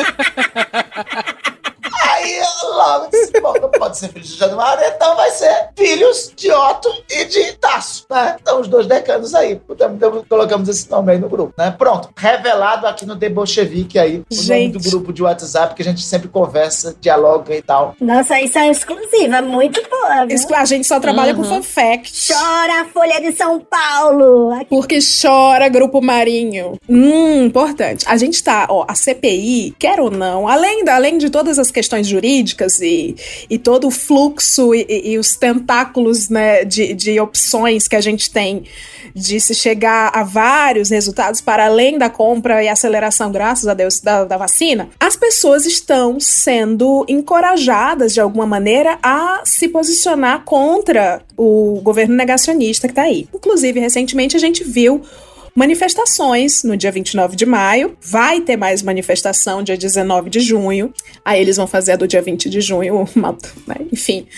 Aí logo disse, bom, não pode ser Filhos de Januário, então vai ser Filhos de Otto e de Tasso, né? Então os dois decanos aí, então, colocamos esse nome aí no grupo, né? Pronto, revelado aqui no The Bolchevique aí, o gente. nome do grupo de WhatsApp, que a gente sempre conversa, dialoga e tal. Nossa, isso é exclusiva, muito boa, viu? A gente só trabalha uhum. com fanfact. Chora a Folha de São Paulo. Aqui. Porque chora Grupo Marinho. Hum, importante. A gente tá, ó, a C P I, quer ou não, além, da, além de todas as questões jurídicas e, e todo o fluxo e, e, e os tentáculos, né, de, de opções que a gente tem de se chegar a vários resultados para além da compra e aceleração, graças a Deus, da, da vacina, as pessoas estão sendo encorajadas, de alguma maneira, a se posicionar contra o governo negacionista que está aí. Inclusive, recentemente, a gente viu manifestações no dia vinte e nove de maio, vai ter mais manifestação dia dezenove de junho, aí eles vão fazer a do dia vinte de junho, uma, né? Enfim.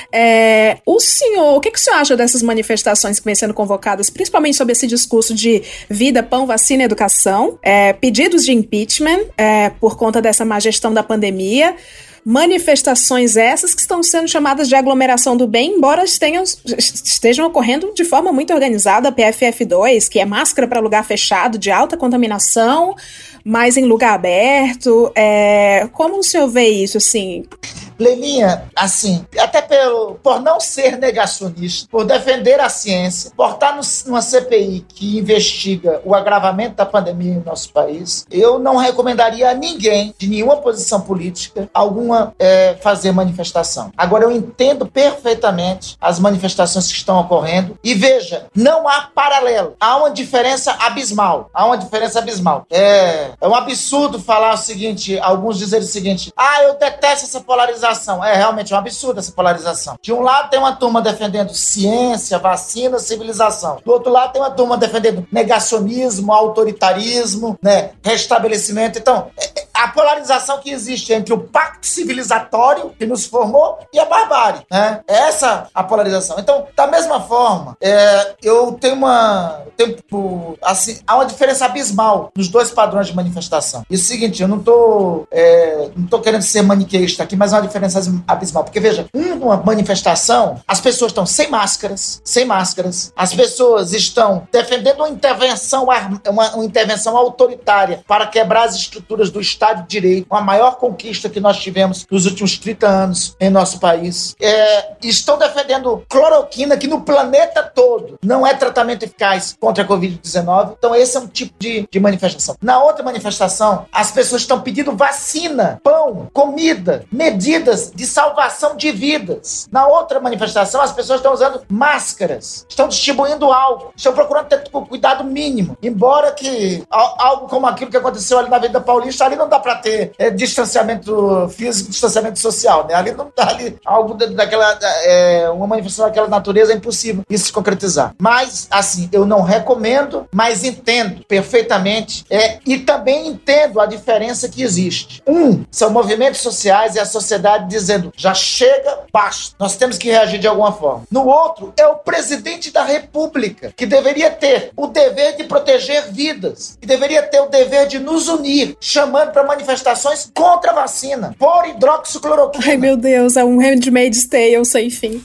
É, o senhor, o que, que o senhor acha dessas manifestações que vêm sendo convocadas, principalmente sobre esse discurso de vida, pão, vacina e educação, é, pedidos de impeachment é, por conta dessa má gestão da pandemia, manifestações essas que estão sendo chamadas de aglomeração do bem, embora tenham, estejam ocorrendo de forma muito organizada, a P F F dois, que é máscara para lugar fechado, de alta contaminação, mas em lugar aberto. É, como o senhor vê isso, assim? Leilinha, assim, até pelo, por não ser negacionista, por defender a ciência, por estar no, numa C P I que investiga o agravamento da pandemia em nosso país, eu não recomendaria a ninguém, de nenhuma posição política, alguma é, fazer manifestação. Agora, eu entendo perfeitamente as manifestações que estão ocorrendo e veja, não há paralelo, há uma diferença abismal, há uma diferença abismal. É, é um absurdo falar o seguinte, alguns dizerem o seguinte: ah, eu detesto essa polarização. É realmente um absurdo essa polarização. De um lado tem uma turma defendendo ciência, vacina, civilização. Do outro lado tem uma turma defendendo negacionismo, autoritarismo, né, restabelecimento. Então, a polarização que existe entre o pacto civilizatório que nos formou e a barbárie, né? Essa a polarização. Então, da mesma forma, é, eu tenho uma... Tenho, assim, há uma diferença abismal nos dois padrões de manifestação. E é o seguinte, eu não tô, é, não tô querendo ser maniqueísta aqui, mas é uma diferença abismal. Porque, veja, uma manifestação, as pessoas estão sem máscaras, sem máscaras, as pessoas estão defendendo uma intervenção, uma, uma intervenção autoritária para quebrar as estruturas do Estado de Direito, a maior conquista que nós tivemos nos últimos trinta anos em nosso país. É, estão defendendo cloroquina, que no planeta todo não é tratamento eficaz contra a covid dezenove. Então esse é um tipo de, de manifestação. Na outra manifestação, as pessoas estão pedindo vacina, pão, comida, medidas de salvação de vidas. Na outra manifestação, as pessoas estão usando máscaras, estão distribuindo álcool, estão procurando ter cuidado mínimo. Embora que algo como aquilo que aconteceu ali na Avenida Paulista, ali não dá para ter é, distanciamento físico, distanciamento social, né? Ali não dá ali algo daquela, é, uma manifestação daquela natureza é impossível isso se concretizar. Mas, assim, eu não recomendo, mas entendo perfeitamente é, e também entendo a diferença que existe. Um, são movimentos sociais e a sociedade dizendo, já chega, basta, nós temos que reagir de alguma forma. No outro, é o presidente da República, que deveria ter o dever de proteger vidas, que deveria ter o dever de nos unir, chamando para manifestações contra a vacina, por hidroxicloroquina. Ai, meu Deus, é um Handmaid's Tale sem fim.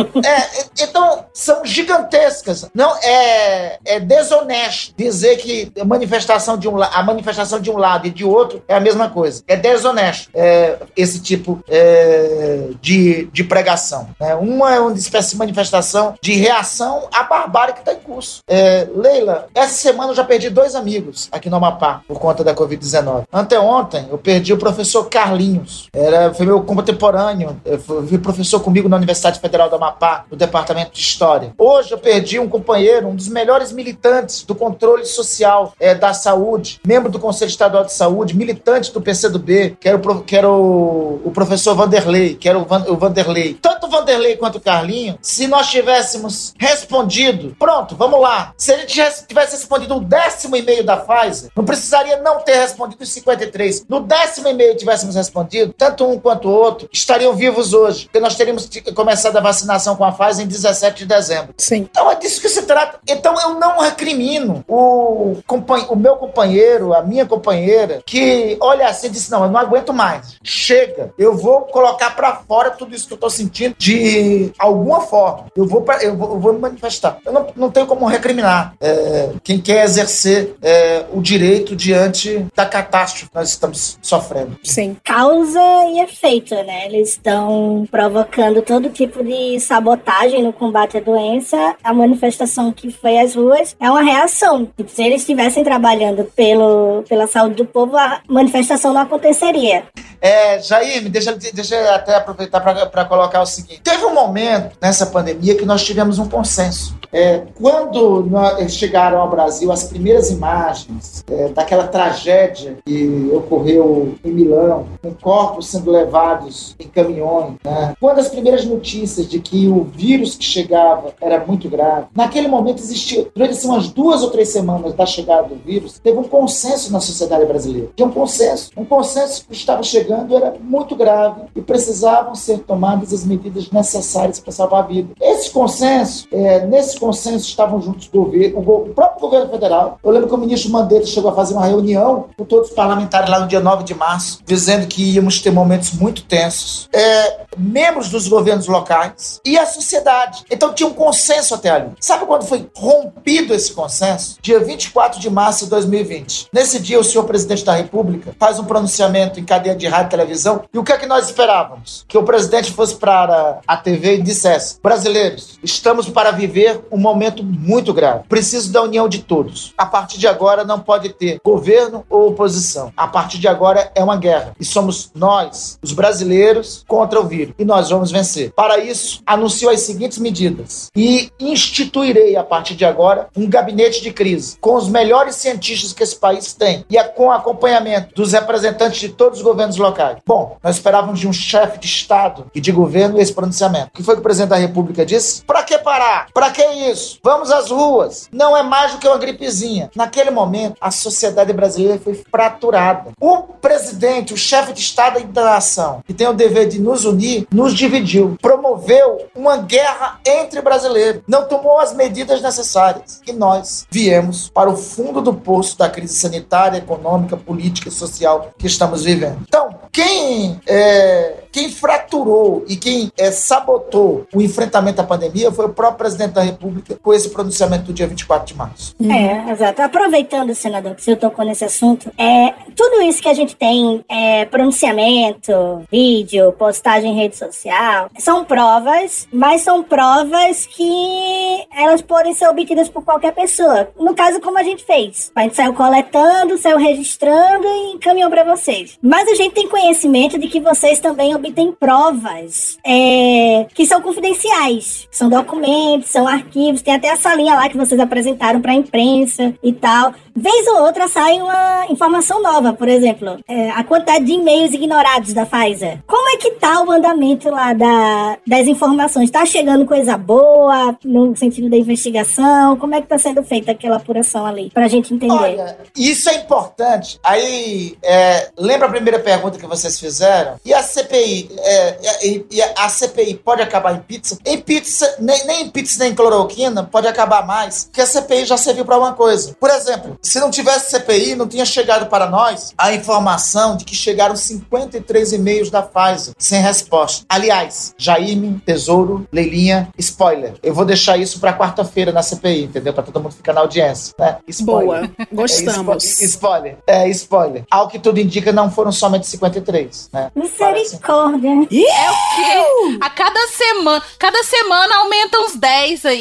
É, então, são gigantescas. Não, é, é desonesto dizer que a manifestação, de um, a manifestação de um lado e de outro é a mesma coisa. É desonesto é, esse tipo é, de, de pregação. Né? Uma é uma espécie de manifestação de reação à barbárie que está em curso. É, Leila, essa semana eu já perdi dois amigos aqui no Amapá por conta da covid dezenove. Anteontem ontem eu perdi o professor Carlinhos. Era, foi meu contemporâneo, foi professor comigo na Universidade Federal do Amapá, no Departamento de História. Hoje eu perdi um companheiro, um dos melhores militantes do controle social é, da saúde, membro do Conselho Estadual de Saúde, militante do P C do B, que era o, que era o, o professor Vanderlei, que era o, Van, o Vanderlei. Tanto o Vanderlei quanto o Carlinho, se nós tivéssemos respondido, pronto, vamos lá, se a gente tivesse respondido o décimo e-mail da Pfizer, não precisaria não ter respondido os cinquenta e três. No décimo e-mail tivéssemos respondido, tanto um quanto o outro estariam vivos hoje, porque nós teríamos começado a vacinação com a Pfizer em dezessete de dezembro. Sim. Então é disso que se trata. Então eu não recrimino o, o meu companheiro, a minha companheira, que olha assim e disse, não, eu não aguento mais. Chega, eu vou colocar pra fora tudo isso que eu tô sentindo de alguma forma. Eu vou, eu vou, eu vou me manifestar. Eu não, não tenho como recriminar é, quem quer exercer é, o direito diante da catástrofe que nós estamos sofrendo. Sim. Causa e efeito, né? Eles estão provocando todo tipo de sabotagem no combate à doença. A manifestação que foi às ruas é uma reação. Se eles estivessem trabalhando pelo, pela saúde do povo, a manifestação não aconteceria. É, Jair, deixa, deixa eu até aproveitar para colocar o seguinte. Teve um momento nessa pandemia que nós tivemos um consenso. É, quando nós chegaram ao Brasil as primeiras imagens é, daquela tragédia que ocorreu em Milão, com corpos sendo levados em caminhões, né? Quando as primeiras notícias de que o vírus que chegava era muito grave, naquele momento existia, durante assim, umas duas ou três semanas da chegada do vírus, teve um consenso na sociedade brasileira. Tinha um consenso. Um consenso que estava chegando era muito grave e precisavam ser tomadas as medidas necessárias para salvar a vida. Esse consenso, é, nesse consenso estavam juntos o, governo, o próprio governo federal. Eu lembro que o ministro Mandetta chegou a fazer uma reunião com todos os parlamentares lá no dia nove de março, dizendo que íamos ter momentos muito tensos. É, membros dos governos locais e a sociedade. Então tinha um consenso até ali. Sabe quando foi rompido esse consenso? Dia vinte e quatro de março de dois mil e vinte. Nesse dia, o senhor presidente da República faz um pronunciamento em cadeia de rádio e televisão. E o que é que nós esperávamos? Que o presidente fosse para a T V e dissesse: brasileiros, estamos para viver um momento muito grave. Preciso da união de todos. A partir de agora não pode ter governo ou oposição. A partir de agora é uma guerra. E somos nós, os brasileiros, contra o vírus. E nós vamos vencer. Para isso, anunciou as seguintes medidas. E instituirei, a partir de agora, um gabinete de crise com os melhores cientistas que esse país tem e com acompanhamento dos representantes de todos os governos locais. Bom, nós esperávamos de um chefe de Estado e de governo esse pronunciamento. O que foi que o presidente da República disse? Para que parar? Para que isso? Vamos às ruas. Não é mais do que uma gripezinha. Naquele momento, a sociedade brasileira foi fraturada. O presidente, o chefe de Estado da nação, que tem o dever de nos unir, nos dividiu. Promoveu uma guerra entre brasileiros. Não tomou as medidas necessárias. E nós viemos para o fundo do poço da crise sanitária, econômica, política e social que estamos vivendo. Então, quem, é, quem fraturou e quem é, sabotou o enfrentamento à pandemia foi o próprio presidente da República com esse pronunciamento do dia vinte e quatro de março. É, exato. Aproveitando, senador, que você tocou nesse assunto, é, tudo isso que a gente tem, é, pronunciamento, vídeo, postagem em rede social, são provas, mas são provas que elas podem ser obtidas por qualquer pessoa. No caso, como a gente fez. A gente saiu coletando, saiu registrando e encaminhou para vocês. Mas a gente tem conhecimento de que vocês também obtêm provas é, que são confidenciais. São documentos, são arquivos, tem até a salinha lá que vocês apresentaram para a imprensa e tal. Vez ou outra sai uma informação nova, por exemplo, é, a quantidade de e-mails ignorados da Pfizer. Como é que tá o andamento lá da, das informações? Tá chegando coisa boa no sentido da investigação? Como é que tá sendo feita aquela apuração ali, pra gente entender? Olha, isso é importante. Aí, é, lembra a primeira pergunta que vocês fizeram? E a C P I? É, e, e a C P I pode acabar em pizza? Em pizza, nem, nem em pizza nem em cloroquina, pode acabar mais, porque a C P I já serviu para uma coisa. Por exemplo, se não tivesse C P I, não tinha chegado para nós a informação de que chegaram cinquenta e três e-mails da Pfizer sem resposta. Aliás, Jaime, Tesouro, Leilinha, spoiler. Eu vou deixar isso para quarta-feira na C P I, entendeu? Para todo mundo ficar na audiência, né? Spoiler. Boa, gostamos. É, spoiler. É, spoiler. Ao que tudo indica, não foram somente cinquenta e três, né? Misericórdia. É o quê? A cada semana, cada semana aumenta uns dez aí.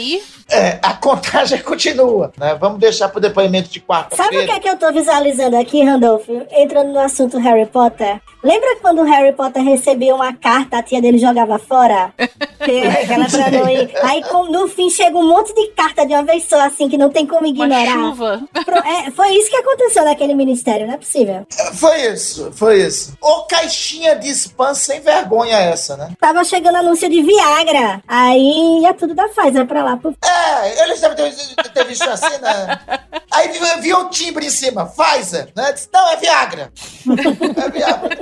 É, a contagem continua, né? Vamos deixar pro depoimento de quarta-feira. Sabe o que é que eu tô visualizando aqui, Randolph? Entrando no assunto Harry Potter. Lembra quando o Harry Potter recebia uma carta, a tia dele jogava fora? Aquela pra não ir. Aí no fim chega um monte de carta de uma vez só, assim, que não tem como ignorar. Uma chuva. É, foi isso que aconteceu naquele ministério, não é possível. Foi isso, foi isso. Ô caixinha de spam sem vergonha essa, né? Tava chegando anúncio de Viagra. Aí ia tudo da Pfizer pra lá. Pro... É, eles devem ter, ter visto assim, né? Aí viu, viu o timbre em cima, Pfizer, né? Disse, não, é Viagra. É Viagra.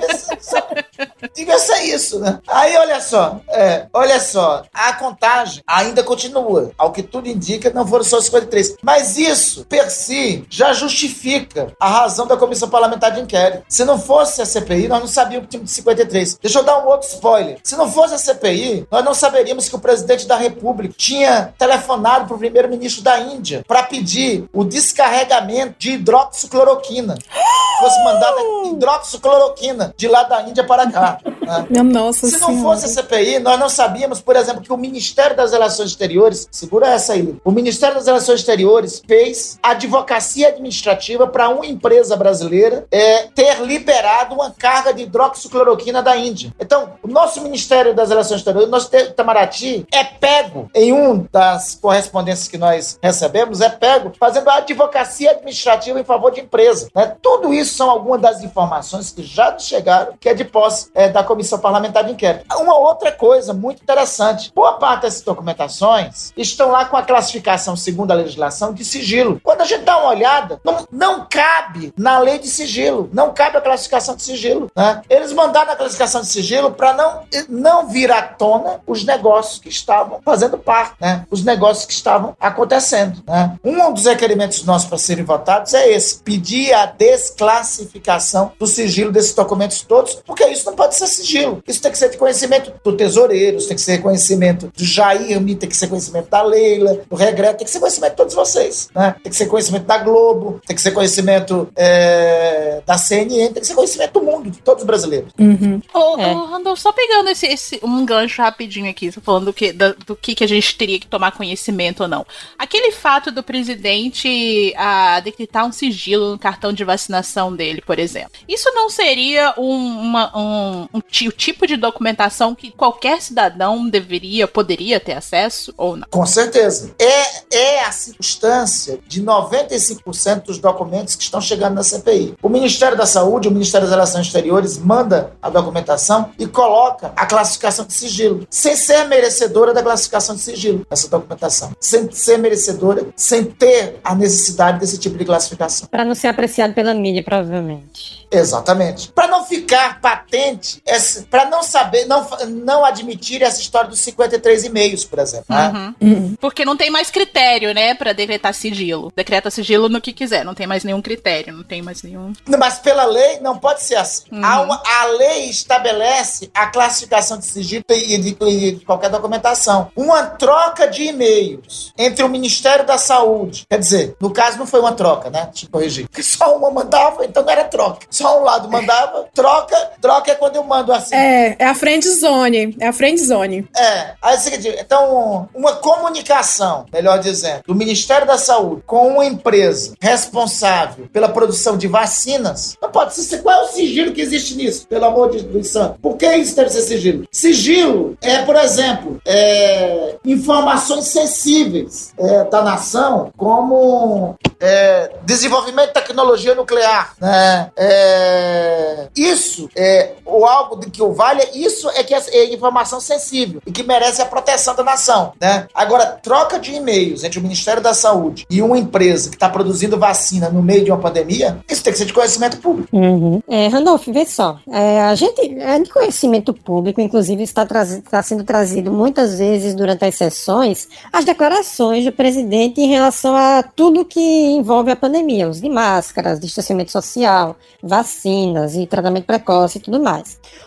Devia ser isso, né? Aí, olha só, é, olha só, a contagem ainda continua. Ao que tudo indica, não foram só cinquenta e três. Mas isso, per si, já justifica a razão da Comissão Parlamentar de Inquérito. Se não fosse a C P I, nós não sabíamos que tinha de cinquenta e três. Deixa eu dar um outro spoiler. Se não fosse a C P I, nós não saberíamos que o presidente da República tinha telefonado para o primeiro-ministro da Índia para pedir o descarregamento de hidroxicloroquina. Fosse mandada hidroxicloroquina de lá da Índia para cá. Né? Nossa Se não senhora. fosse a C P I, nós não sabíamos, por exemplo, que o Ministério das Relações Exteriores, segura essa aí, o Ministério das Relações Exteriores fez advocacia administrativa para uma empresa brasileira é, ter liberado uma carga de hidroxicloroquina da Índia. Então, o nosso Ministério das Relações Exteriores, o nosso Itamaraty, é pego em um das correspondências que nós recebemos, é pego fazendo advocacia administrativa em favor de empresa. Né? Tudo isso são algumas das informações que já nos chegaram, que é de posse é, da Comissão Parlamentar de Inquérito. Uma outra coisa muito interessante, boa parte dessas documentações estão lá com a classificação, segundo a legislação, de sigilo. Quando a gente dá uma olhada, não, não cabe na lei de sigilo, não cabe a classificação de sigilo. Né? Eles mandaram a classificação de sigilo para não, não vir à tona os negócios que estavam fazendo parte, né? Os negócios que estavam acontecendo. Né? Um dos requerimentos nossos para serem votados é esse, pedir a desclassificação do sigilo desses documentos todos, porque isso não pode ser sigilo. Isso tem que ser de conhecimento do tesoureiro, isso tem que ser conhecimento do Jair, tem que ser conhecimento da Leila, do Regreto, tem que ser conhecimento de todos vocês. Né? Tem que ser conhecimento da Globo, tem que ser conhecimento é, da C N N, tem que ser conhecimento do mundo, de todos os brasileiros. Uhum. Ô, é. ô, Randolph, só pegando esse, esse, um gancho rapidinho aqui, falando do que, do, do que, que a gente teria que tomar conhecimento ou não. Aquele fato do presidente a, decretar um sigilo no cartão de vacinação dele, por exemplo. Isso não seria um, uma, um, um, um tipo de documentação que qualquer cidadão deveria, poderia ter acesso ou não? Com certeza. É, é a circunstância de noventa e cinco por cento dos documentos que estão chegando na C P I. O Ministério da Saúde, o Ministério das Relações Exteriores manda a documentação e coloca a classificação de sigilo, sem ser merecedora da classificação de sigilo, essa documentação. Sem ser merecedora, sem ter a necessidade desse tipo de classificação. Para não ser apreciado pela mídia, provavelmente. Exatamente. Para não ficar patente, para não saber, não, não admitir essa história dos cinquenta e três e-mails, por exemplo. Uhum. Né? Uhum. Porque não tem mais critério, né, para decretar sigilo. Decreta sigilo no que quiser, não tem mais nenhum critério, não tem mais nenhum... Mas pela lei não pode ser assim. Uhum. Há uma, a lei estabelece a classificação de sigilo e de, de, de qualquer documentação. Uma troca de e-mails entre o Ministério da Saúde, quer dizer, no caso não foi uma troca, né? Deixa eu corrigir. Porque só uma mandava, então não era troca. Só um lado mandava, troca, troca é quando eu mando assim. É, é a friend zone, é a friend zone. É, aí é o seguinte, então, uma comunicação, melhor dizendo, do Ministério da Saúde com uma empresa responsável pela produção de vacinas, não pode ser. Qual é o sigilo que existe nisso? Pelo amor de Deus santo. Por que isso deve ser sigilo? Sigilo é, por exemplo, é, informações sensíveis é, da nação, como é, desenvolvimento de tecnologia nuclear, né? É, isso é, ou algo de que o valha, isso é que é informação sensível e que merece a proteção da nação, né? Agora, troca de e-mails entre o Ministério da Saúde e uma empresa que está produzindo vacina no meio de uma pandemia, isso tem que ser de conhecimento público. Uhum. É, Randolph, vê só, é, a gente é de conhecimento público, inclusive está, está sendo trazido muitas vezes durante as sessões as declarações do presidente em relação a tudo que envolve a pandemia, uso de máscaras, distanciamento social, vacinas e tratamento precoce e tudo mais.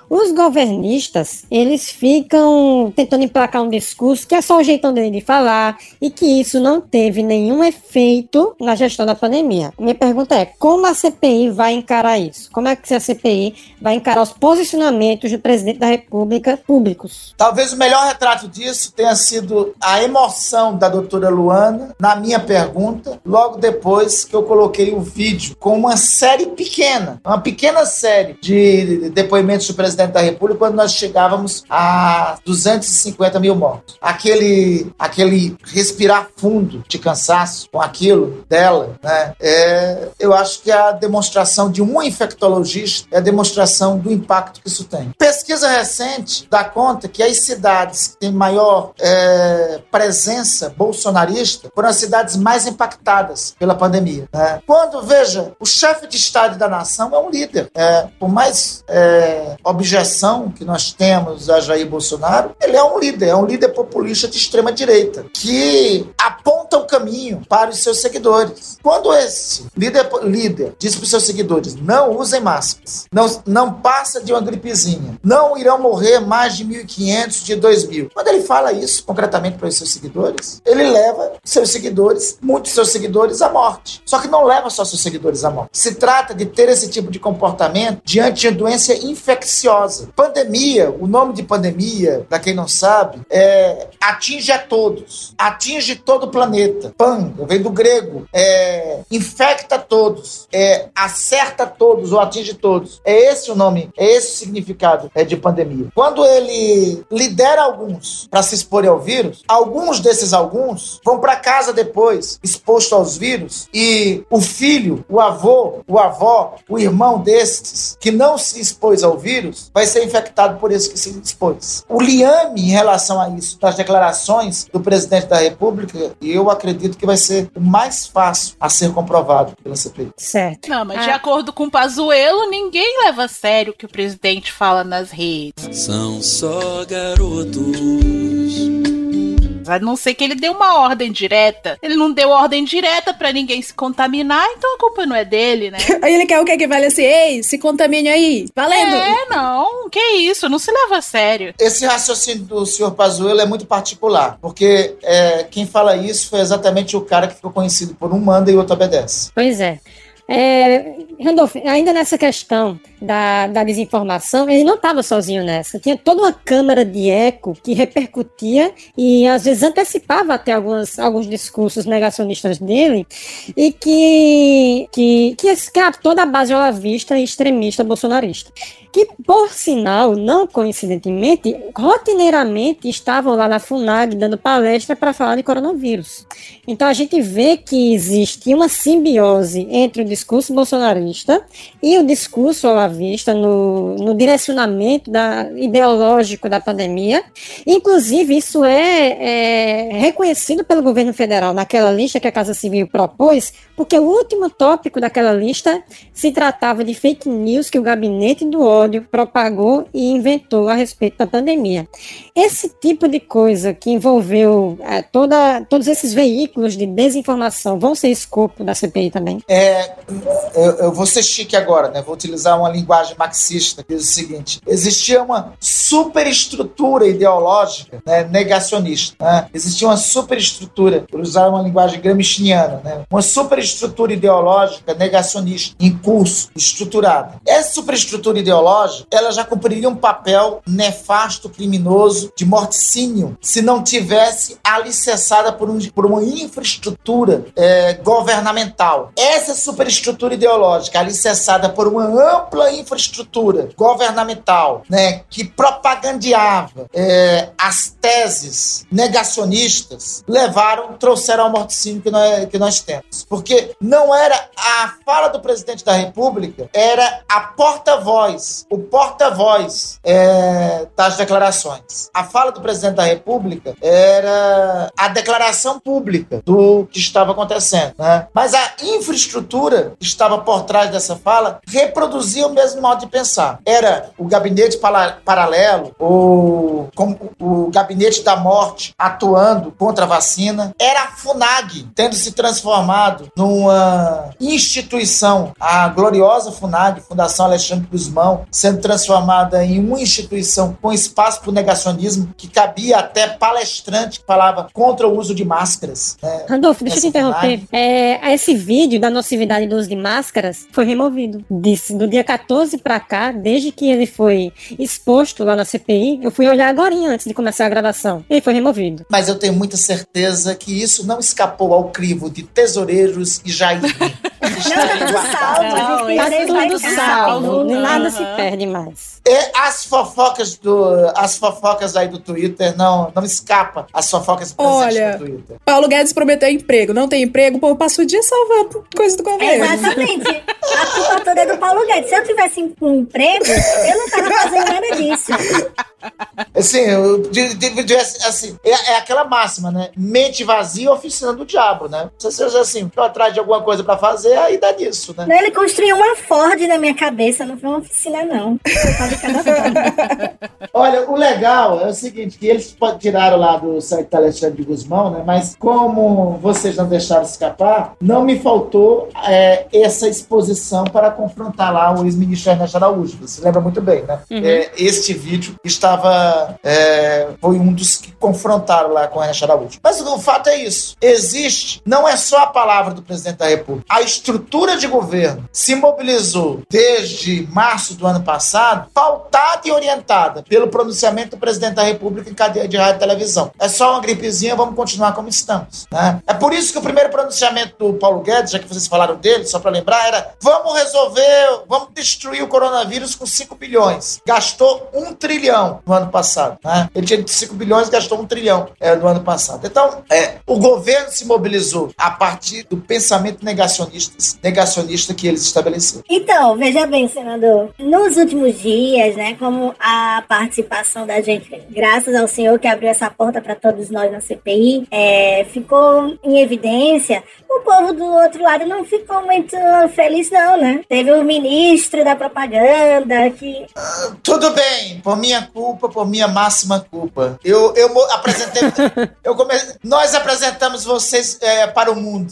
Os governistas, eles ficam tentando emplacar um discurso que é só o jeitão dele de falar e que isso não teve nenhum efeito na gestão da pandemia. Minha pergunta é, como a C P I vai encarar isso? Como é que a C P I vai encarar os posicionamentos do presidente da República públicos? Talvez o melhor retrato disso tenha sido a emoção da doutora Luana na minha pergunta, logo depois que eu coloquei o vídeo com uma série pequena, uma pequena série de depoimentos do presidente da República quando nós chegávamos a duzentos e cinquenta mil mortos. Aquele, aquele respirar fundo de cansaço com aquilo dela, né? É, eu acho que a demonstração de um infectologista é a demonstração do impacto que isso tem. Pesquisa recente dá conta que as cidades que têm maior é, presença bolsonarista foram as cidades mais impactadas pela pandemia, né? Quando, veja, o chefe de Estado da nação é um líder. É, por mais é, objeção que nós temos a Jair Bolsonaro, ele é um líder, é um líder populista de extrema direita, que aponta o caminho para os seus seguidores. Quando esse líder, líder diz para os seus seguidores, não usem máscaras, não, não passa de uma gripezinha, não irão morrer mais de mil e quinhentos, de dois mil. Quando ele fala isso concretamente para os seus seguidores, ele leva seus seguidores, muitos seus seguidores, à morte. Só que não leva só seus seguidores à morte. Se trata de ter esse tipo de comportamento diante de uma doença infecciosa. Pandemia, o nome de pandemia, para quem não sabe, é, atinge a todos. Atinge todo o planeta. Pan, vem do grego. É, infecta todos. É, acerta todos ou atinge todos. É esse o nome, é esse o significado é, de pandemia. Quando ele lidera alguns para se exporem ao vírus, alguns desses alguns vão para casa depois, exposto aos vírus, e o filho, o avô, o avó, o irmão desses que não se expôs ao vírus, vai ser infectado por esse que se expôs. O liame em relação a isso, das declarações do presidente da República, eu acredito que vai ser o mais fácil a ser comprovado pela C P I. Certo. Não, mas ah. de acordo com o Pazuello, ninguém leva a sério o que o presidente fala nas redes. São só garotos. A não ser que ele dê uma ordem direta. Ele não deu ordem direta pra ninguém se contaminar, então a culpa não é dele, né? Aí ele quer o que que vale assim? Ei, se contamine aí. Valendo. É, não. Que isso, não se leva a sério. Esse raciocínio do senhor Pazuello é muito particular, porque é, quem fala isso foi exatamente o cara que ficou conhecido por um manda e outro obedece. Pois é. É, Randolph, ainda nessa questão da, da desinformação, ele não estava sozinho nessa. Tinha toda uma câmara de eco que repercutia e às vezes antecipava até algumas, alguns discursos negacionistas dele e que, que, que captou da base olavista e extremista bolsonarista. Que, por sinal, não coincidentemente, rotineiramente estavam lá na FUNAG dando palestra para falar de coronavírus. Então a gente vê que existe uma simbiose entre o discurso bolsonarista e o discurso olavista no, no direcionamento da, ideológico da pandemia. Inclusive, isso é, é reconhecido pelo governo federal naquela lista que a Casa Civil propôs, porque o último tópico daquela lista se tratava de fake news que o gabinete do ódio propagou e inventou a respeito da pandemia. Esse tipo de coisa que envolveu é, toda, todos esses veículos de desinformação vão ser escopo da C P I também? É, eu, eu vou ser chique agora, né? Vou utilizar uma linguagem marxista que diz o seguinte: existia uma superestrutura ideológica, né, negacionista, né? Existia uma superestrutura, por usar uma linguagem gramsciana, né? Uma superestrutura ideológica negacionista em curso, estruturada. Essa superestrutura ideológica, ela já cumpriria um papel nefasto, criminoso, de morticínio, se não tivesse alicerçada por, um, por uma infraestrutura é, governamental. Essa superestrutura ideológica, alicerçada por uma ampla infraestrutura governamental, né, que propagandeava é, as teses negacionistas, levaram, trouxeram ao morticínio que nós, que nós temos. Porque não era a fala do presidente da República, era a porta-voz, o porta-voz é, das declarações. A fala do presidente da República era a declaração pública do que estava acontecendo, né? Mas a infraestrutura estrutura que estava por trás dessa fala reproduzia o mesmo modo de pensar. Era o gabinete para- paralelo, o, como, o gabinete da morte atuando contra a vacina. Era a FUNAG tendo se transformado numa instituição, a gloriosa FUNAG, Fundação Alexandre Guzmão, sendo transformada em uma instituição com espaço para o negacionismo, que cabia até palestrante que falava contra o uso de máscaras. Né? Randolfo, deixa eu te Essa interromper. É, esse vídeo da nocividade do uso de máscaras foi removido. Disse, do dia quatorze pra cá, desde que ele foi exposto lá na C P I, eu fui olhar agora antes de começar a gravação. Ele foi removido. Mas eu tenho muita certeza que isso não escapou ao crivo de tesoureiros e Jair. Não, tá tudo salvo. Não, a gente tá tem tudo que salvo. rápido. Nada se perde mais. E as fofocas do, as fofocas aí do Twitter não, não escapa as fofocas presentes Olha, no Twitter. Paulo Guedes prometeu emprego. Não tem emprego, o povo passa o dia salvando coisa do governo. Exatamente. A culpa toda é do Paulo Guedes. Se eu tivesse um emprego, eu não tava fazendo nada disso. Assim, eu, de, de, de, assim é, é aquela máxima, né? Mente vazia, oficina do diabo, né? Se você assim, tô atrás de alguma coisa pra fazer, aí dá nisso, né? Não, ele construiu uma Ford na minha cabeça, não foi uma oficina, não. Olha, o legal é o seguinte, que eles tiraram lá do site da Alexandre Guzmão, né? Mas como vocês não deixaram escapar, não me faltou é, essa exposição para confrontar lá o ex-ministro Ernesto Araújo. Você lembra muito bem, né? Uhum. É, este vídeo estava... É, foi um dos que confrontaram lá com o Ernesto Araújo. Mas o fato é isso. Existe, não é só a palavra do presidente da República. A estrutura de governo se mobilizou desde março do ano passado, pautada e orientada pelo pronunciamento do presidente da República em cadeia de rádio e televisão. É só uma gripezinha, vamos continuar como estamos, né? É por isso que o primeiro pronunciamento do Paulo Guedes, já que vocês falaram dele, só para lembrar, era: vamos resolver, vamos destruir o coronavírus com cinco bilhões. Gastou um trilhão no ano passado, né? Ele tinha cinco bilhões e gastou um trilhão é, no ano passado. Então, é, o governo se mobilizou a partir do pensamento negacionista, negacionista que eles estabeleceram. Então, veja bem, senador, nos últimos dias, né, como a participação da gente, graças ao senhor que abriu essa porta para todos nós na C P I, é, ficou em evidência, o povo do outro lado não ficou muito feliz não, né? Teve o ministro da propaganda que... Ah, tudo bem, por minha culpa, por minha máxima culpa. Eu, eu mo- apresentei... eu come... Nós apresentamos vocês é, para o mundo.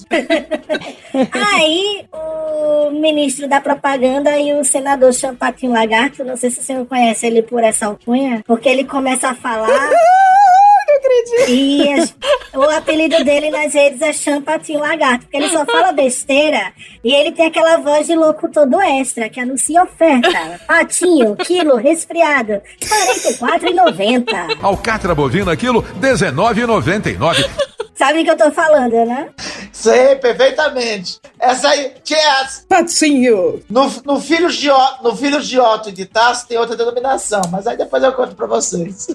Aí, o ministro da propaganda e o senador Champatinho Lagarto, não sei se o senhor conhece ele por essa alcunha, porque ele começa a falar... Não acredito. E as, o apelido dele nas redes é Champatinho Lagarto, porque ele só fala besteira e ele tem aquela voz de locutor do Extra, que anuncia oferta. Patinho, quilo, resfriado, quarenta e quatro reais e noventa centavos. Alcatra bovina, quilo, dezenove reais e noventa e nove centavos. Sabe o que eu tô falando, né? Sei, perfeitamente. Essa aí, tinha Patinho. No, no, Filhos de Otto, no Filhos de Otto e de Tasso tem outra denominação, mas aí depois eu conto pra vocês.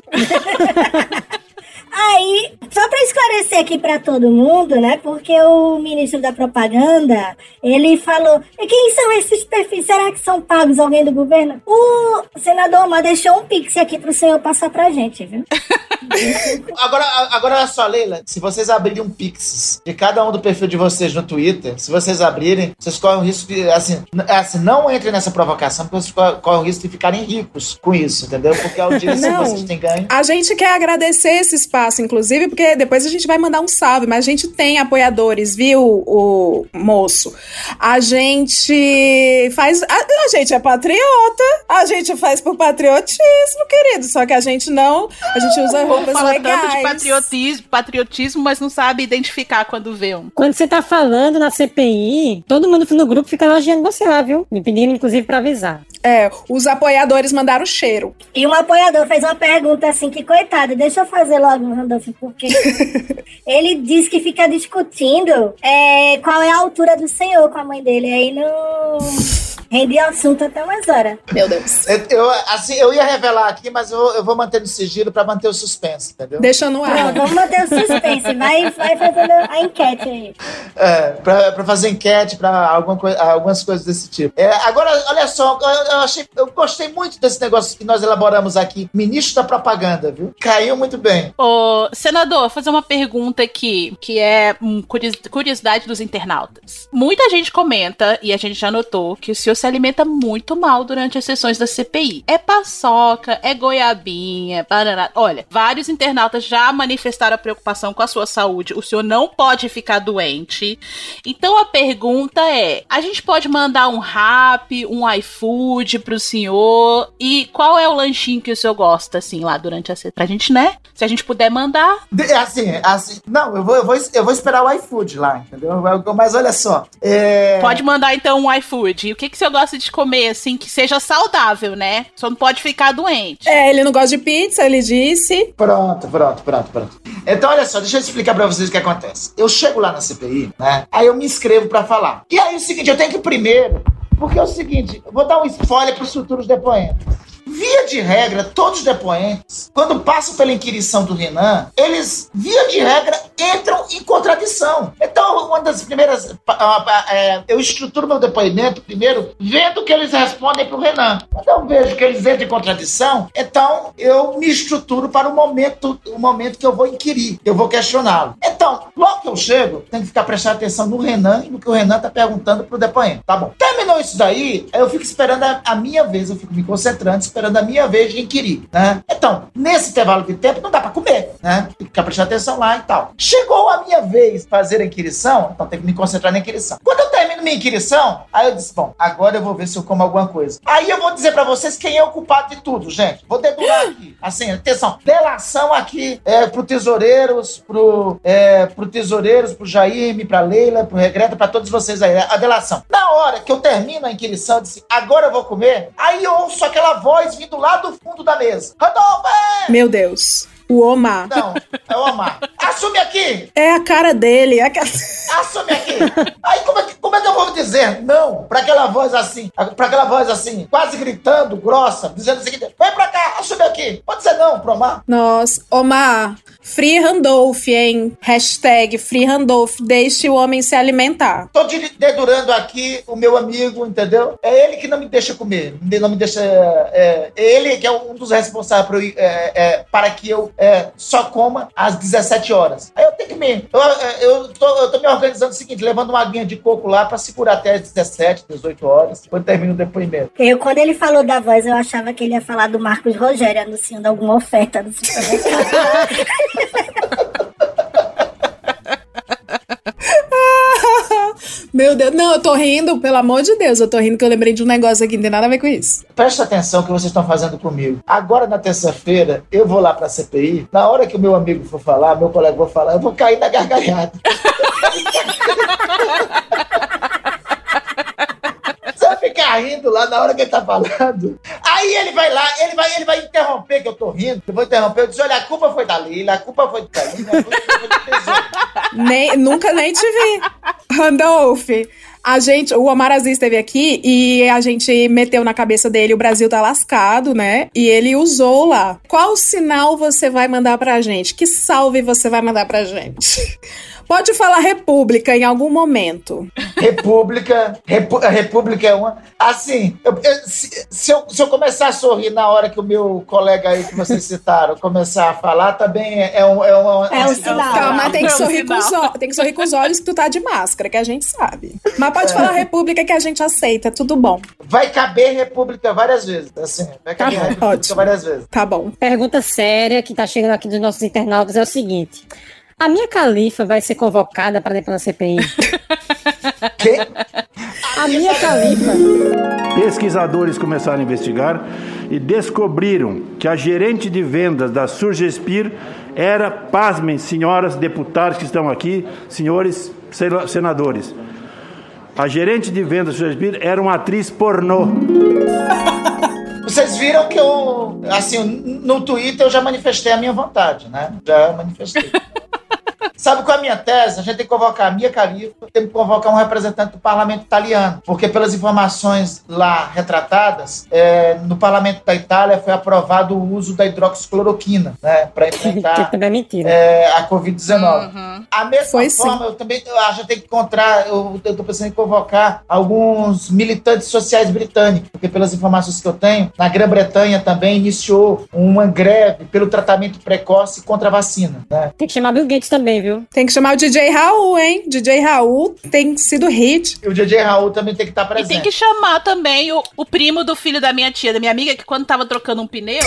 Aí, só para esclarecer aqui para todo mundo, né? Porque o ministro da propaganda, ele falou: e quem são esses perfis? Será que são pagos alguém do governo? O senador Omar deixou um pix aqui pro senhor passar pra gente, viu? Agora, agora olha só, Leila, se vocês abrirem um pix de cada um do perfil de vocês no Twitter, se vocês abrirem, vocês correm o risco de, assim, assim não entrem nessa provocação, porque vocês correm o risco de ficarem ricos com isso, entendeu? Porque ao dia que vocês têm ganho. A gente quer agradecer esse espaço, inclusive, porque depois a gente vai mandar um salve, mas a gente tem apoiadores, viu, o moço? A gente faz... A, a gente é patriota, a gente faz por patriotismo, querido, só que a gente não... A gente usa roupas fala legais. tanto de patriotismo, patriotismo, mas não sabe identificar quando vê um. Quando você tá falando na C P I, todo mundo no grupo fica elogiando você lá, viu? Me pedindo, inclusive, pra avisar. É, os apoiadores mandaram cheiro. E um apoiador fez uma pergunta assim, que coitado, deixa eu fazer logo, Randolfo, porque ele diz que fica discutindo é, qual é a altura do senhor com a mãe dele, aí não... Rendi o assunto até umas horas. Meu Deus. Eu, eu, assim, eu ia revelar aqui, mas eu, eu vou manter no sigilo pra manter o suspense, entendeu? Deixa no ar. Pronto, vamos manter o suspense. Vai, vai fazendo a enquete aí. É, pra, pra fazer enquete, pra alguma coi- algumas coisas desse tipo. É, agora, olha só, eu, eu, achei, eu gostei muito desse negócio que nós elaboramos aqui. Ministro da propaganda, viu? Caiu muito bem. Ô, senador, vou fazer uma pergunta aqui, que é hum, curios- curiosidade dos internautas. Muita gente comenta, e a gente já notou, que o senhor se alimenta muito mal durante as sessões da C P I. É paçoca, é goiabinha, banana. Olha, vários internautas já manifestaram a preocupação com a sua saúde. O senhor não pode ficar doente. Então a pergunta é, a gente pode mandar um rap, um iFood pro senhor? E qual é o lanchinho que o senhor gosta, assim, lá durante a C P I? Pra gente, né? Se a gente puder mandar. De- Assim, assim, não, eu vou, eu, vou, eu vou esperar o iFood lá, entendeu? Mas olha só. É... Pode mandar, então, um iFood. E o que, que o senhor gosta de comer, assim, que seja saudável, né? Só não pode ficar doente. É, ele não gosta de pizza, ele disse. Pronto, pronto, pronto, pronto. Então, olha só, deixa eu explicar pra vocês o que acontece. Eu chego lá na C P I, né? Aí eu me inscrevo pra falar. E aí é o seguinte, eu tenho que primeiro... Porque é o seguinte, eu vou dar um spoiler pros futuros depoentes. Via de regra, todos os depoentes, quando passam pela inquirição do Renan, eles, via de regra, entram em contradição. Então, uma das primeiras... É, eu estruturo meu depoimento, primeiro, vendo que eles respondem pro Renan. Quando eu vejo que eles entram em contradição, então eu me estruturo para o momento, o momento que eu vou inquirir, que eu vou questioná-lo. Então, logo que eu chego, tem que ficar prestando atenção no Renan e no que o Renan tá perguntando pro depoente. Tá bom. Terminou isso daí, eu fico esperando a, a minha vez, eu fico me concentrando, esperando a minha vez de inquirir, né? Então, nesse intervalo de tempo, não dá pra comer, né? Tem que ficar prestando atenção lá e tal. Chegou a minha vez de fazer a inquirição, então tem que me concentrar na inquirição. Quando eu termino minha inquirição, aí eu disse, bom, agora eu vou ver se eu como alguma coisa. Aí eu vou dizer pra vocês quem é o culpado de tudo, gente. Vou dedurar aqui. Assim, atenção, delação aqui é, pro Tesoureiros, pro, é, pro Tesoureiros, pro Jaime, pra Leila, pro Regreta, pra todos vocês aí, a delação. Na hora que eu termino a inquirição, eu disse, agora eu vou comer, aí eu ouço aquela voz vindo lá do fundo da mesa. Rodolfo! Meu Deus. O Omar. Não, é o Omar. Assume aqui! É a cara dele. É a cara... Assume aqui! Aí como é, que, como é que eu vou dizer não pra aquela voz assim, pra aquela voz assim, quase gritando, grossa, dizendo o seguinte, vem pra cá, assume aqui. Pode dizer não pro Omar? Nossa, Omar, Free Randolph, hein? Hashtag Free Randolph, deixe o homem se alimentar. Tô dedurando aqui o meu amigo, entendeu? É ele que não me deixa comer, não me deixa... É, é ele que é um dos responsáveis por, é, é, para que eu é, só coma às dezessete horas. Aí eu tenho que me... Eu, eu, tô, eu tô me organizando o seguinte, levando uma aguinha de coco lá pra segurar até às dezessete, dezoito horas, quando termina o depoimento. Eu, quando ele falou da voz, eu achava que ele ia falar do Marcos Rogério anunciando alguma oferta do supermercado. Meu Deus, não, eu tô rindo, pelo amor de Deus, eu tô rindo que eu lembrei de um negócio aqui, não tem nada a ver com isso. Presta atenção no que vocês estão fazendo comigo. Agora, na terça-feira, eu vou lá pra C P I, na hora que o meu amigo for falar, meu colega for falar, eu vou cair na gargalhada. Você vai ficar rindo lá na hora que ele tá falando. Aí ele vai lá, ele vai, ele vai interromper que eu tô rindo, eu vou interromper, eu disse, olha, a culpa foi da Lila, a culpa foi do Caína, a culpa foi do Tesouro. Nem, nunca nem te vi. Randolph, a gente, o Omar Aziz esteve aqui e a gente meteu na cabeça dele o Brasil tá lascado, né? E ele usou lá. Qual sinal você vai mandar pra gente? Que salve você vai mandar pra gente? Pode falar república em algum momento. República, repu, a república é uma... Assim, eu, eu, se, se, eu, se eu começar a sorrir na hora que o meu colega aí que vocês citaram começar a falar, também é, é um... É, um, é um sinal. Calma, tem que, é um sorrir com os, tem que sorrir com os olhos que tu tá de máscara, que a gente sabe. Mas pode é. falar república que a gente aceita, tudo bom. Vai caber república várias vezes, assim. Vai caber tá república ótimo. várias vezes. Tá bom. Pergunta séria que tá chegando aqui dos nossos internautas é o seguinte... A minha califa vai ser convocada para ir pela C P I? Quê? A minha califa... Pesquisadores começaram a investigar e descobriram que a gerente de vendas da Surgespir era, pasmem, senhoras deputadas que estão aqui, senhores senadores, a gerente de vendas da Surgespir era uma atriz pornô. Vocês viram que eu, assim, no Twitter eu já manifestei a minha vontade, né? Já manifestei. Sabe qual é a minha tese? A gente tem que convocar a Mia Khalifa, tem que convocar um representante do parlamento italiano, porque pelas informações lá retratadas, é, no parlamento da Itália foi aprovado o uso da hidroxicloroquina, né, para enfrentar é, a covid dezenove. Uhum. A mesma foi forma, sim. eu também eu acho que tem que encontrar, eu estou pensando em convocar alguns militantes sociais britânicos, porque pelas informações que eu tenho, na Grã-Bretanha também iniciou uma greve pelo tratamento precoce contra a vacina, né? Tem que chamar Bill Gates também, viu? Tem que chamar o D J Raul, hein? D J Raul tem sido hit. E o D J Raul também tem que estar presente. E tem que chamar também o, o primo do filho da minha tia, da minha amiga, que quando tava trocando um pneu,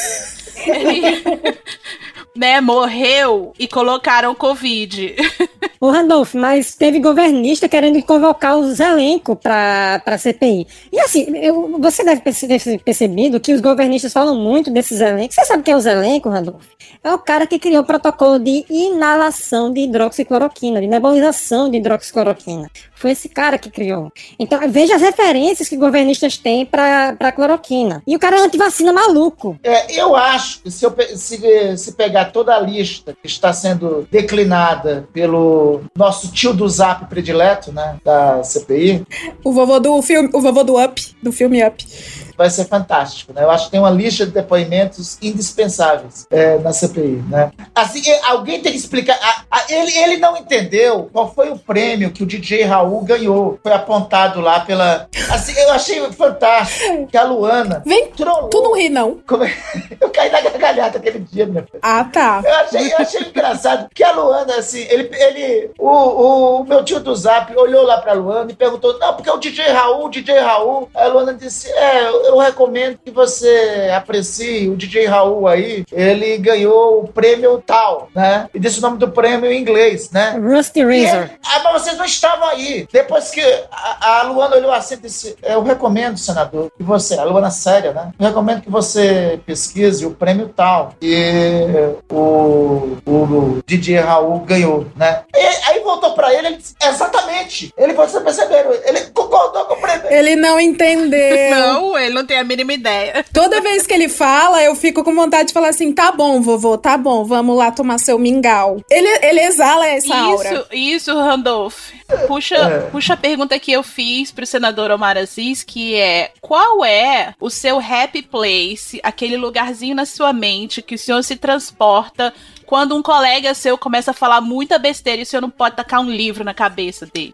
ele... né, morreu e colocaram Covid. Ô, Randolph, mas teve governista querendo convocar os elencos pra, pra C P I. E assim, eu, você deve ter percebido que os governistas falam muito desses elencos. Você sabe quem é os elencos, Randolph? É o cara que criou o protocolo de inalação de hidroxicloroquina, de nebulização de hidroxicloroquina. Foi esse cara que criou. Então, veja as referências que governistas têm pra, pra cloroquina. E o cara é antivacina maluco. É, eu acho que se, eu, se, se pegar toda a lista que está sendo declinada pelo nosso tio do Zap predileto, né, da C P I... O vovô do filme, o vovô do Up, do filme Up. Vai ser fantástico, né? Eu acho que tem uma lista de depoimentos indispensáveis é, na C P I, né? Assim, alguém tem que explicar. A, a, ele, ele não entendeu qual foi o prêmio que o D J Raul ganhou. Foi apontado lá pela... Assim, eu achei fantástico que a Luana... Vem, trollou. Tu não ri, não. Como é? Eu caí na gargalhada aquele dia, minha filha. Ah, tá. Eu achei, eu achei engraçado que a Luana, assim, ele... ele o, o, o meu tio do Zap olhou lá pra Luana e perguntou, não, porque é o D J Raul, o D J Raul. Aí a Luana disse, é... Eu recomendo que você aprecie o D J Raul aí. Ele ganhou o prêmio tal, né? E disse o nome do prêmio em inglês, né? Rusty Razor. Ah, mas vocês não estavam aí. Depois que a, a Luana olhou assim e disse, eu recomendo, senador, que você, a Luana séria, né? Eu recomendo que você pesquise o prêmio tal. E o, o D J Raul ganhou, né? E, aí voltou pra ele, ele disse, exatamente. Ele, vocês perceberam, ele concordou com o prêmio. Ele não entendeu. Não, ele não tem a mínima ideia. Toda vez que ele fala, eu fico com vontade de falar assim, tá bom, vovô, tá bom, vamos lá tomar seu mingau. Ele, ele exala essa isso, aura. Isso, Randolph. Puxa, é. puxa a pergunta que eu fiz pro senador Omar Aziz, que é, qual é o seu happy place, aquele lugarzinho na sua mente que o senhor se transporta quando um colega seu começa a falar muita besteira e o senhor não pode tacar um livro na cabeça dele?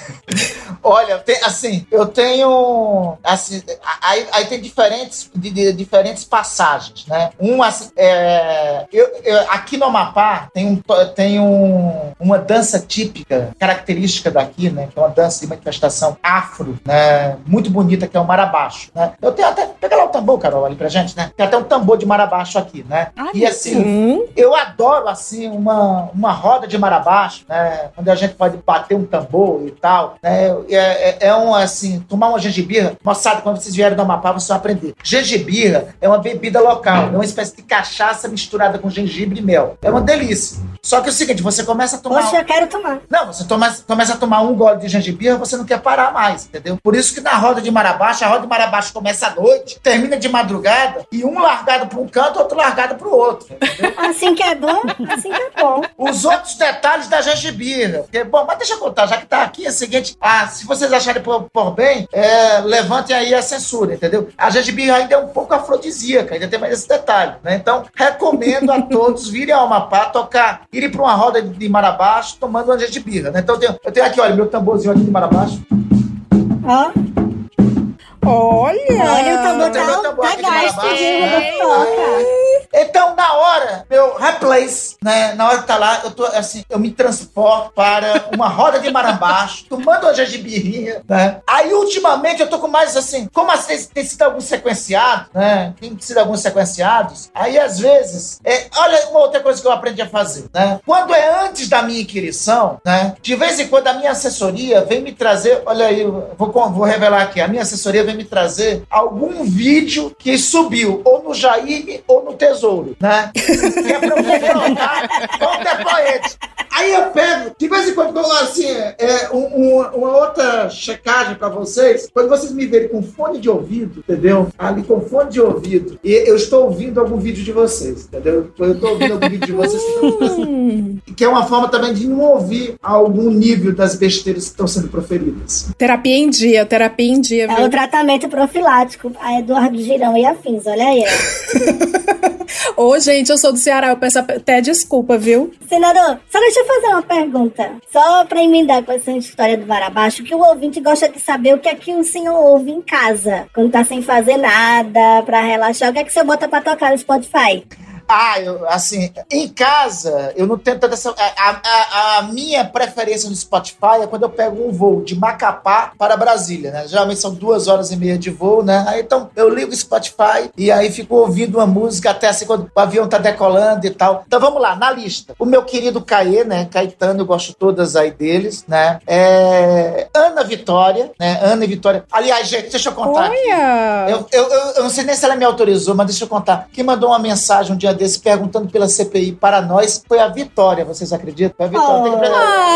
Olha, tem, assim, eu tenho, assim, aí, aí tem diferentes, de, de, diferentes passagens, né? Um, assim, é, eu, eu, aqui no Amapá tem, um, tem um, uma dança típica, característica daqui, né? Que é uma dança de manifestação afro, né? Muito bonita, que é o marabaixo, né? Eu tenho até, pega lá o tambor, Carol, ali pra gente, né? Tem até um tambor de marabaixo aqui, né? Ai, e assim, sim. eu adoro, assim, uma, uma roda de marabaixo, né? Onde a gente pode bater um tambor e tal, né? É, é, é um, assim, tomar uma gengibirra. Moçada, quando vocês vierem do Amapá, vocês vão aprender. Gengibirra é uma bebida local. É uma espécie de cachaça misturada com gengibre e mel. É uma delícia. Só que é o seguinte, você começa a tomar... Poxa, eu quero tomar. Não, você toma, começa a tomar um gole de gengibirra, você não quer parar mais, entendeu? Por isso que na roda de marabaixo, a roda de marabaixo começa à noite, termina de madrugada, e um largado para um canto, outro largado para o outro, entendeu? Assim que é bom, assim que é bom. Os outros detalhes da gengibirra. Porque, bom, mas deixa eu contar, já que tá aqui, é o seguinte, ah, se vocês acharem por, por bem, é, levantem aí a censura, entendeu? A gengibirra ainda é um pouco afrodisíaca, ainda tem mais esse detalhe, né? Então, recomendo a todos virem ao Amapá, tocar, irem para uma roda de marabaixo, tomando uma gengibirra, né? Então, eu tenho, eu tenho aqui, olha, meu tamborzinho aqui de marabaixo. Ó. Olha! Olha, o tambor tá, tá gasto de toca. Então, na hora, meu replace, né? Na hora que tá lá, eu tô assim, eu me transporto para uma roda de marambaixo, tomando uma gengibirrinha, né? Aí, ultimamente, eu tô com mais assim, como assim, tem, tem sido alguns sequenciados, né? Tem sido alguns sequenciados. Aí, às vezes, é, olha uma outra coisa que eu aprendi a fazer, né? Quando é antes da minha inquirição, né? De vez em quando a minha assessoria vem me trazer, olha aí, eu vou, vou revelar aqui, a minha assessoria vem me trazer algum vídeo que subiu ou no Jaime ou no Tesouro. tesouro, né? Que é pra eu poder notar quanto é poético. Aí eu pego, de vez em quando, assim, é, um, um, uma outra checagem pra vocês, quando vocês me verem com fone de ouvido, entendeu? Ali com fone de ouvido, e eu estou ouvindo algum vídeo de vocês, entendeu? Eu estou ouvindo algum vídeo de vocês que, estão, que é uma forma também de não ouvir algum nível das besteiras que estão sendo proferidas. Terapia em dia, terapia em dia, viu? É o tratamento profilático a Eduardo Girão e afins, olha aí. Ô, gente, eu sou do Ceará, eu peço até desculpa, viu? Senador, só deixa eu fazer uma pergunta. Só pra emendar com essa história do Marabaixo, que o ouvinte gosta de saber o que é que o senhor ouve em casa, quando tá sem fazer nada, pra relaxar. O que é que o senhor bota pra tocar no Spotify? Ah, eu, assim, em casa, eu não tenho tanta essa... A, a, a minha preferência no Spotify é quando eu pego um voo de Macapá para Brasília, né? Geralmente são duas horas e meia de voo, né? Aí, então, eu ligo o Spotify e aí fico ouvindo uma música até assim, quando o avião tá decolando e tal. Então, vamos lá, na lista. O meu querido Caê, né? Caetano, eu gosto todas aí deles, né? É... Ana Vitória, né? Ana e Vitória. Aliás, gente, deixa eu contar Olha! aqui. Eu, eu, eu, eu não sei nem se ela me autorizou, mas deixa eu contar. Quem mandou uma mensagem um dia desse perguntando pela C P I para nós foi a Vitória, vocês acreditam? Foi a Vitória. Oh, Tem que...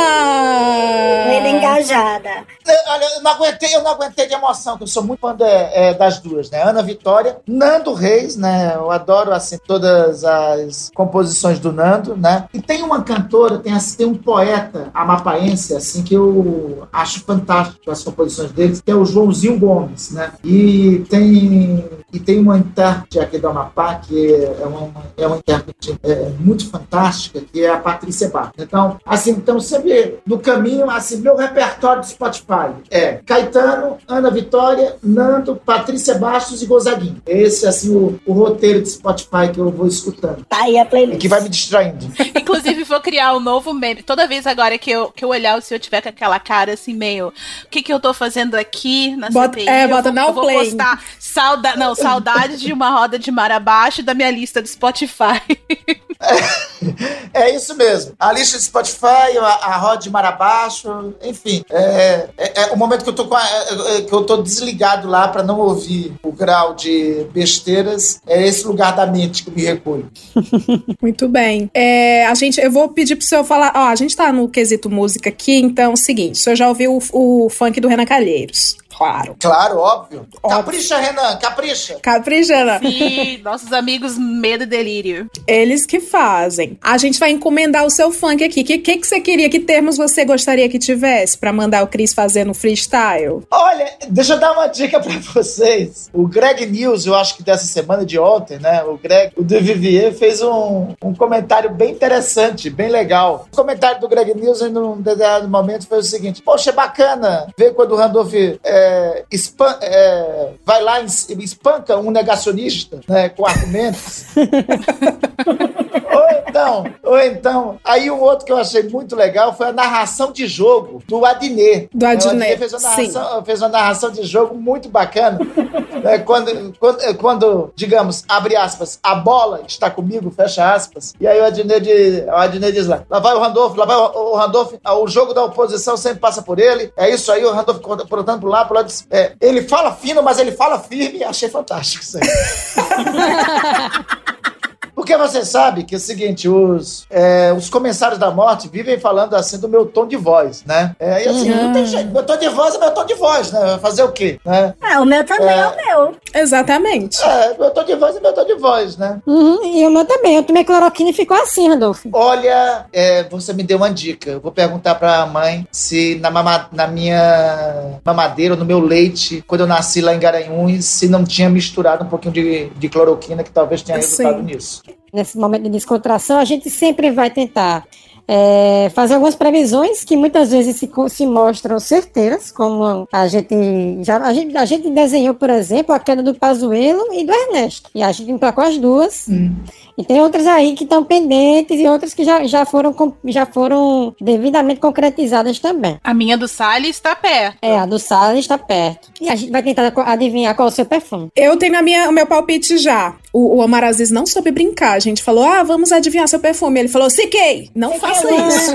ah, Ele engajada. Eu, olha, eu não aguentei, eu não aguentei de emoção, que eu sou muito fã de, é, das duas, né? Ana Vitória, Nando Reis, né? Eu adoro, assim, todas as composições do Nando, né? E tem uma cantora, tem, assim, tem um poeta amapaense, assim, que eu acho fantástico as composições deles, que é o Joãozinho Gomes, né? E tem, e tem uma intérprete aqui do Amapá, que é uma, é uma intérprete é, muito fantástica, que é a Patrícia Bastos. Então, assim, então você vê no caminho, assim, meu repertório do Spotify é Caetano, Ana Vitória, Nando, Patrícia Bastos e Gonzaguinho. Esse, assim, o, o roteiro de Spotify que eu vou escutando. Tá aí a playlist. E que vai me distraindo. Inclusive, vou criar um novo meme. Toda vez agora que eu, que eu olhar, se eu tiver com aquela cara assim, meio... O que que eu tô fazendo aqui na bota, C P I? É, bota eu vou, não eu vou play. postar sauda, não, saudades de uma roda de mar abaixo da minha lista do Spotify. É, é isso mesmo. A lista de Spotify, a, a roda de mar abaixo, enfim. É, é, é o momento que eu tô com a, é, que eu tô desligado lá para não ouvir o grau de besteiras. É esse lugar da mente que eu me recolho. Muito bem. É, a gente, eu vou pedir pro senhor falar. Ó, a gente tá no quesito música aqui, então é o seguinte: o senhor já ouviu o, o funk do Renan Calheiros? Claro. Claro, óbvio. óbvio. Capricha, Renan, capricha. Capricha, Renan. Sim, nossos amigos Medo e Delírio. Eles que fazem. A gente vai encomendar o seu funk aqui. O que, que, que você queria? Que termos você gostaria que tivesse pra mandar o Cris fazer no freestyle? Olha, deixa eu dar uma dica pra vocês. O Greg News, eu acho que dessa semana de ontem, né? O Greg, o do Vivier, fez um, um comentário bem interessante, bem legal. O comentário do Greg News, num determinado momento, foi o seguinte: poxa, é bacana ver quando o Randolph é, espan- é, vai lá e espanca um negacionista, né? Com argumentos. Ou então, ou então, aí um outro que eu achei muito legal foi a narração de jogo do Adnet. Do Adnet, o Adnet fez uma narração, fez uma narração de jogo muito bacana. Né, quando, quando, quando, digamos, abre aspas, a bola está comigo, fecha aspas, e aí o Adnet, diz, o Adnet diz lá, lá vai o Randolph, lá vai o, o Randolph, o jogo da oposição sempre passa por ele, é isso aí, o Randolph portando pro lado, pro lado, é, ele fala fino, mas ele fala firme, achei fantástico isso aí. Porque você sabe que é o seguinte, os, é, os comensários da morte vivem falando assim do meu tom de voz, né? É, e assim, uhum. não tem jeito, meu tom de voz é meu tom de voz, né? Vai fazer o quê? Né? É, o meu também é, é o meu. Exatamente. É, meu tom de voz é meu tom de voz, né? Uhum, e o meu também, eu tomei cloroquina e ficou assim, Randolph. Olha, é, você me deu uma dica, eu vou perguntar pra mãe se na, mama, na minha mamadeira, no meu leite, quando eu nasci lá em Garanhuns, se não tinha misturado um pouquinho de, de cloroquina, que talvez tenha resultado Sim. nisso. Nesse momento de descontração, a gente sempre vai tentar é, fazer algumas previsões que muitas vezes se, se mostram certeiras, como a gente, já, a gente a gente desenhou, por exemplo, a queda do Pazuello e do Ernesto. E a gente emplacou as duas. Hum. E tem outras aí que estão pendentes e outras que já, já, foram, já foram devidamente concretizadas também. A minha do Salles está perto. É, a do Salles está perto. E a gente vai tentar adivinhar qual é o seu perfume. Eu tenho a minha, o meu palpite já. O, o Omar Aziz não soube brincar. A gente falou, ah, vamos adivinhar seu perfume. Ele falou, Siquei, não Siquei. faça isso.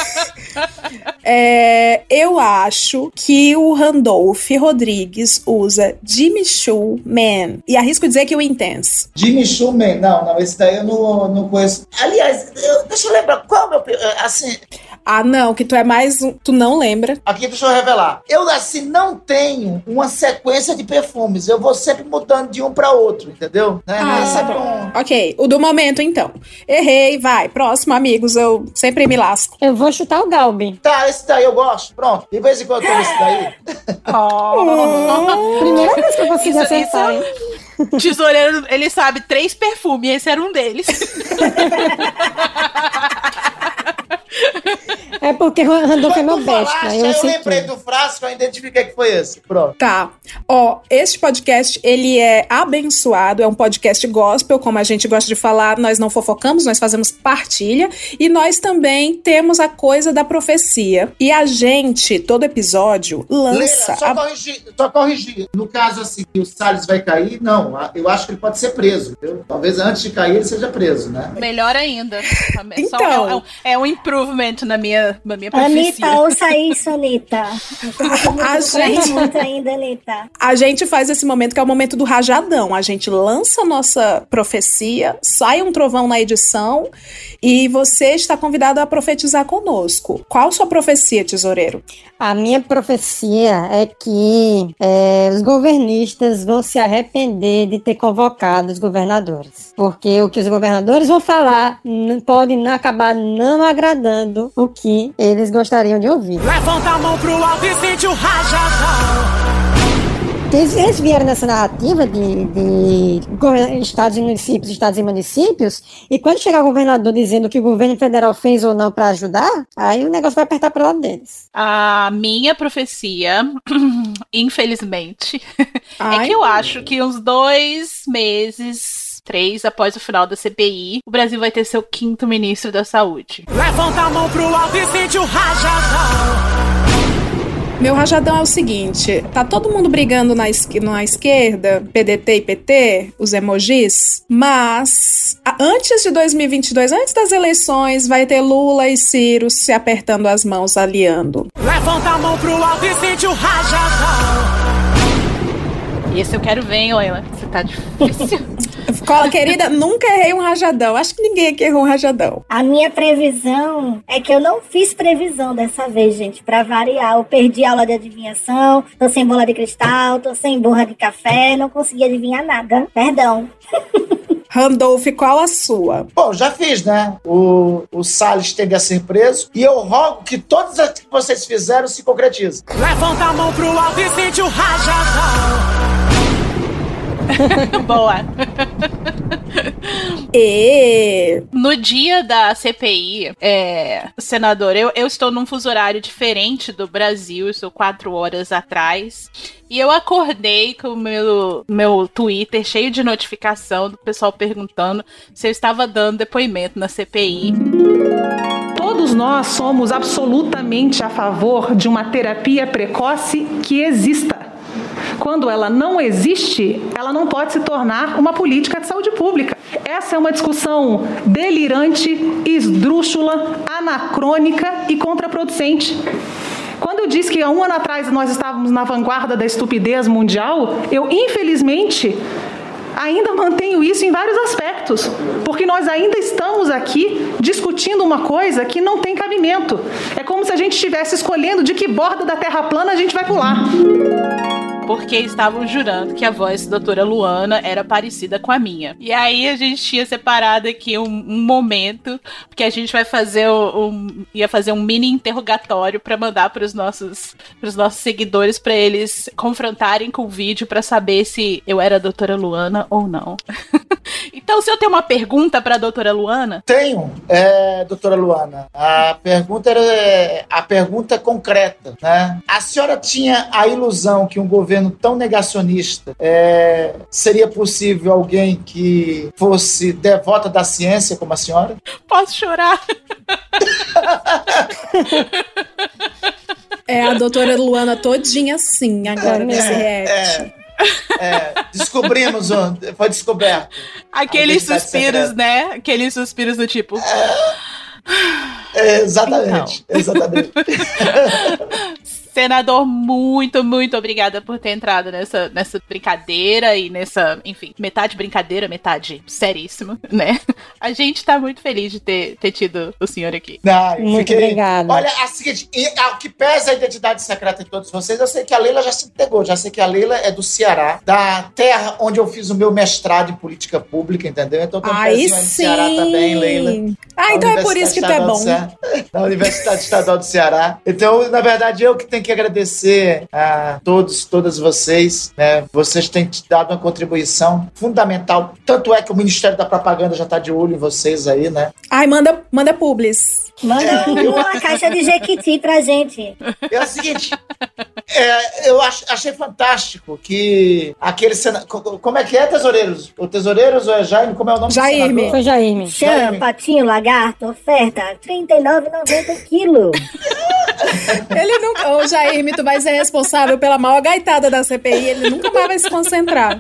é, eu acho que o Randolph Rodrigues usa Jimmy Choo Man. E arrisco dizer que o Intense. Jimmy Choo Man. Não, não, esse daí eu não, não conheço. Aliás, eu, deixa eu lembrar, qual é o meu... Assim... Ah, não, que tu é mais um... Tu não lembra. Aqui, deixa eu revelar. Eu, assim, não tenho uma sequência de perfumes. Eu vou sempre mudando de um pra outro, entendeu? Né? Ah, é sempre um... Ok, o do momento, então. Errei, vai. Próximo, amigos, eu sempre me lasco. Eu vou chutar o Galbi. Tá, esse daí eu gosto. Pronto. De vez em quando eu tomo esse daí. Oh. Primeira vez que eu consigo isso, acertar, hein? Tesoureiro, ele sabe três perfumes, esse era um deles. É porque Randolph é meu besta. Eu, eu lembrei do frasco, eu identifiquei que foi esse. Pronto. Tá. Ó, este podcast, ele é abençoado, é um podcast gospel, como a gente gosta de falar, nós não fofocamos, nós fazemos partilha, e nós também temos a coisa da profecia. E a gente, todo episódio, lança... Leila, só, a... corrigir, só corrigir. No caso, assim, que o Salles vai cair, não, eu acho que ele pode ser preso, viu? Talvez antes de cair ele seja preso, né? Melhor ainda. Então... Só é, um, é um improvement na minha, na minha profecia. Anitta, ouça isso, Anitta. A gente... muito ainda, Anitta. A gente faz esse momento que é o momento do rajadão. A gente lança a nossa profecia, sai um trovão na edição e você está convidado a profetizar conosco. Qual sua profecia, tesoureiro? A minha profecia é que é, os governistas vão se arrepender de ter convocado os governadores. Porque o que os governadores vão falar não, pode não, acabar não agradando o que eles gostariam de ouvir. Levanta a mão pro alto e sente o rajadão. Eles, eles vieram nessa narrativa de, de estados e municípios, estados e municípios, e quando chegar o governador dizendo que o governo federal fez ou não para ajudar, aí o negócio vai apertar pro lado deles. A minha profecia, infelizmente, Ai. é que eu acho que uns dois meses... três após o final da C P I, o Brasil vai ter seu quinto ministro da Saúde. Levanta a mão pro alto e sente o rajadão. Meu rajadão é o seguinte, tá todo mundo brigando na, es- na esquerda, P D T e P T, os emojis, mas a- antes de dois mil e vinte e dois, antes das eleições, vai ter Lula e Ciro se apertando as mãos, aliando. Levanta a mão pro alto e sente o rajadão. Esse eu quero ver, hein, Leila? Você tá difícil. Cola, querida, nunca errei um rajadão. Acho que ninguém aqui errou um rajadão. A minha previsão é que eu não fiz previsão dessa vez, gente, pra variar. Eu perdi a aula de adivinhação, tô sem bola de cristal, tô sem borra de café, não consegui adivinhar nada. Perdão. Randolph, qual a sua? Bom, já fiz, né? O, o Salles tende a ser preso e eu rogo que todas as que vocês fizeram se concretizem. Levanta a mão pro alto e sente o rajadão. Boa. E... No dia da C P I, é, senador, eu, eu estou num fuso horário diferente do Brasil, estou quatro horas atrás, e eu acordei com o meu, meu Twitter cheio de notificação do pessoal perguntando se eu estava dando depoimento na C P I. Todos nós somos absolutamente a favor de uma terapia precoce que exista. Quando ela não existe, ela não pode se tornar uma política de saúde pública. Essa é uma discussão delirante, esdrúxula, anacrônica e contraproducente. Quando eu disse que há um ano atrás nós estávamos na vanguarda da estupidez mundial, eu, infelizmente, ainda mantenho isso em vários aspectos, porque nós ainda estamos aqui discutindo uma coisa que não tem cabimento. É como se a gente estivesse escolhendo de que borda da terra plana a gente vai pular. Porque estavam jurando que a voz da doutora Luana era parecida com a minha. E aí a gente tinha separado aqui um, um momento, porque a gente vai fazer um, ia fazer um mini interrogatório para mandar para os nossos, pros nossos seguidores, para eles confrontarem com o vídeo para saber se eu era a doutora Luana ou não. Então Então, o senhor tem uma pergunta para a doutora Luana? Tenho, é, doutora Luana. A pergunta era a pergunta concreta, né? A senhora tinha a ilusão que um governo tão negacionista é, seria possível alguém que fosse devota da ciência como a senhora? Posso chorar? É a doutora Luana todinha assim agora nesse react. É. É, descobrimos, foi descoberto. Aqueles suspiros, secreta. né? Aqueles suspiros do tipo. É, é, exatamente, então. exatamente. Senador, muito, muito obrigada por ter entrado nessa, nessa brincadeira e nessa, enfim, metade brincadeira, metade seríssimo, né? A gente tá muito feliz de ter, ter tido o senhor aqui. Não, muito fiquei... obrigada. Olha, a seguinte, o que pesa a identidade secreta de todos vocês, eu sei que a Leila já se entregou, já sei que a Leila é do Ceará, da terra onde eu fiz o meu mestrado em política pública, entendeu? Então tem um pezinho aí no Ceará também, Leila. Ah, então é por isso que tu é bom. Da Universidade Estadual do Ceará. Então, na verdade, eu que tenho que agradecer a todos, todas vocês, né? Vocês têm dado uma contribuição fundamental. Tanto é que o Ministério da Propaganda já está de olho em vocês aí, né? Ai, manda, manda publis. Manda uma caixa de Jequiti pra gente. É o seguinte, é, eu ach, achei fantástico que aquele senador... Como é que é, tesoureiros? O tesoureiros ou é Jaime? Como é o nome Jaime. do senador? Foi Jaime. Chama, patinho, lagarto, oferta, trinta e nove reais e noventa centavos quilo. Ele nunca... Ô, Jaime, tu vai ser responsável pela maior gaitada da C P I, ele nunca mais vai se concentrar.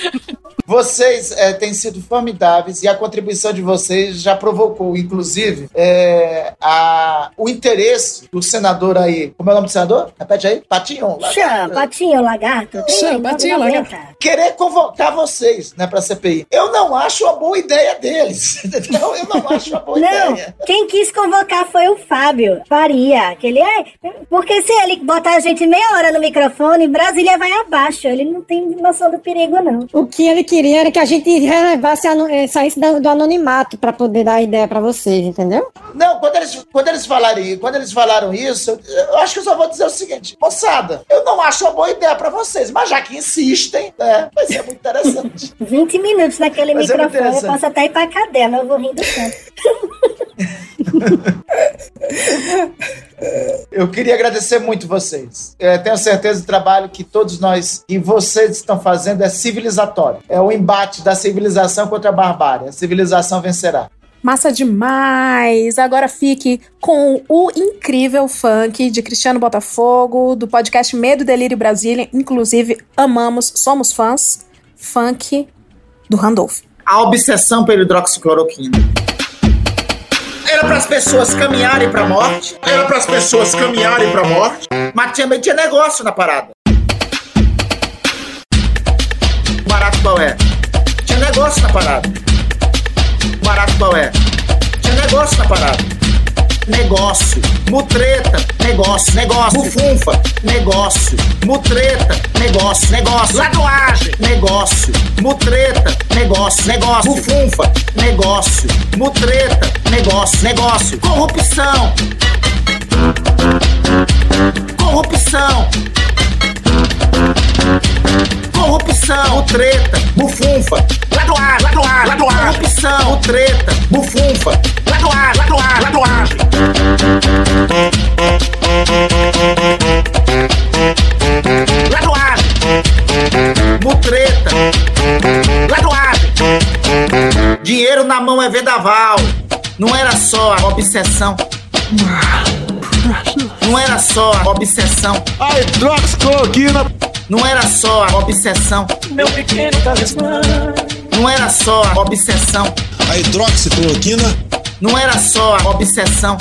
Vocês é, têm sido formidáveis e a contribuição de vocês já provocou, inclusive, é, a, o interesse do senador aí. Como é o nome do senador? Repete aí. Patinho. Chama, patinho, lagarto. Chama, patinho, lagarto. Querer convocar vocês, né, pra C P I. Eu não acho uma boa ideia deles. Entendeu? Eu não acho uma boa não, ideia. Quem quis convocar foi o Fábio Faria. Que ele é. Porque se ele botar a gente meia hora no microfone, Brasília vai abaixo. Ele não tem noção do perigo, não. O que ele queria era que a gente relevasse, saísse do anonimato pra poder dar ideia pra vocês, entendeu? Não, quando eles, quando eles, falaram, quando eles falaram isso, eu, eu acho que eu só vou dizer o seguinte: moçada, eu não acho uma boa ideia pra vocês, mas já que insistem, né, vai ser muito interessante. vinte minutos naquele vai microfone, eu posso até ir pra cadeia, mas eu vou rindo tanto. Eu queria agradecer muito vocês. Eu tenho certeza do trabalho que todos nós e vocês estão fazendo é civilizatório. É o embate da civilização contra a barbárie. A civilização vencerá. Massa demais! Agora fique com o incrível funk de Cristiano Botafogo, do podcast Medo, Delírio Brasília. Inclusive, amamos, somos fãs. Funk do Randolph. A obsessão pela hidroxicloroquina. Era para as pessoas caminharem para a morte. Era para as pessoas caminharem para a morte. Mas também tinha negócio na parada. Barato qual é? Tinha negócio na parada. Barato qual é? Tinha negócio na parada. Negócio, mutreta, negócio, negócio, bufunfa, negócio, mutreta, negócio, negócio, ladoagem, negócio, mutreta, negócio, negócio, bufunfa, negócio, mutreta, negócio, negócio, corrupção, corrupção, corrupção, mutreta, bufunfa, ladoagem, ladoagem, ladoagem, corrupção, mutreta, bufunfa, ladoagem, ladoagem, ladoagem. Ladoagem, mutreta, ladoagem. Dinheiro na mão é vendaval. Não era só a obsessão. Não era só a obsessão. A hidroxicloroquina. Não era só a obsessão. Meu pequeno talismã. Não era só a obsessão. A hidroxicloroquina. Não era só a obsessão.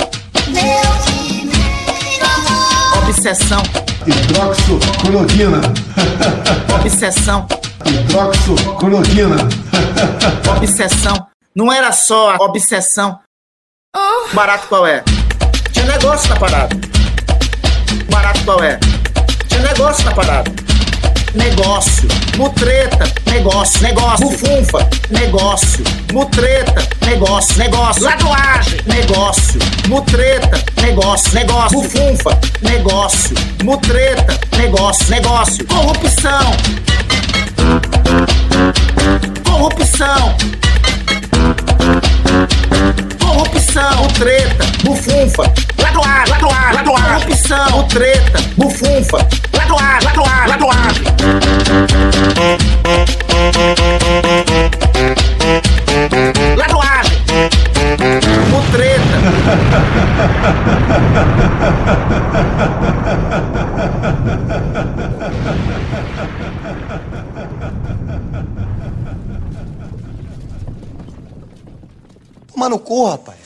Obsessão. Hidroxicloroquina. Obsessão. Hidroxicloroquina. Obsessão. Não era só a obsessão. Barato qual é? Tinha negócio na parada. Barato qual é? Tinha negócio na parada. Negócio, mutreta, negócio, negócio, bufunfa, negócio, mutreta, negócio, negócio, ladoagem, negócio, mutreta, negócio, negócio, bufunfa, negócio, mutreta, negócio, negócio, corrupção, corrupção, Corrupção, treta, bufunfa, lá do ar, lá do ar, lá do ar. Corrupção, treta, bufunfa, lá do ar, lá do ar, lá do ar. Lá do ar, o treta. Toma no cu, rapaz.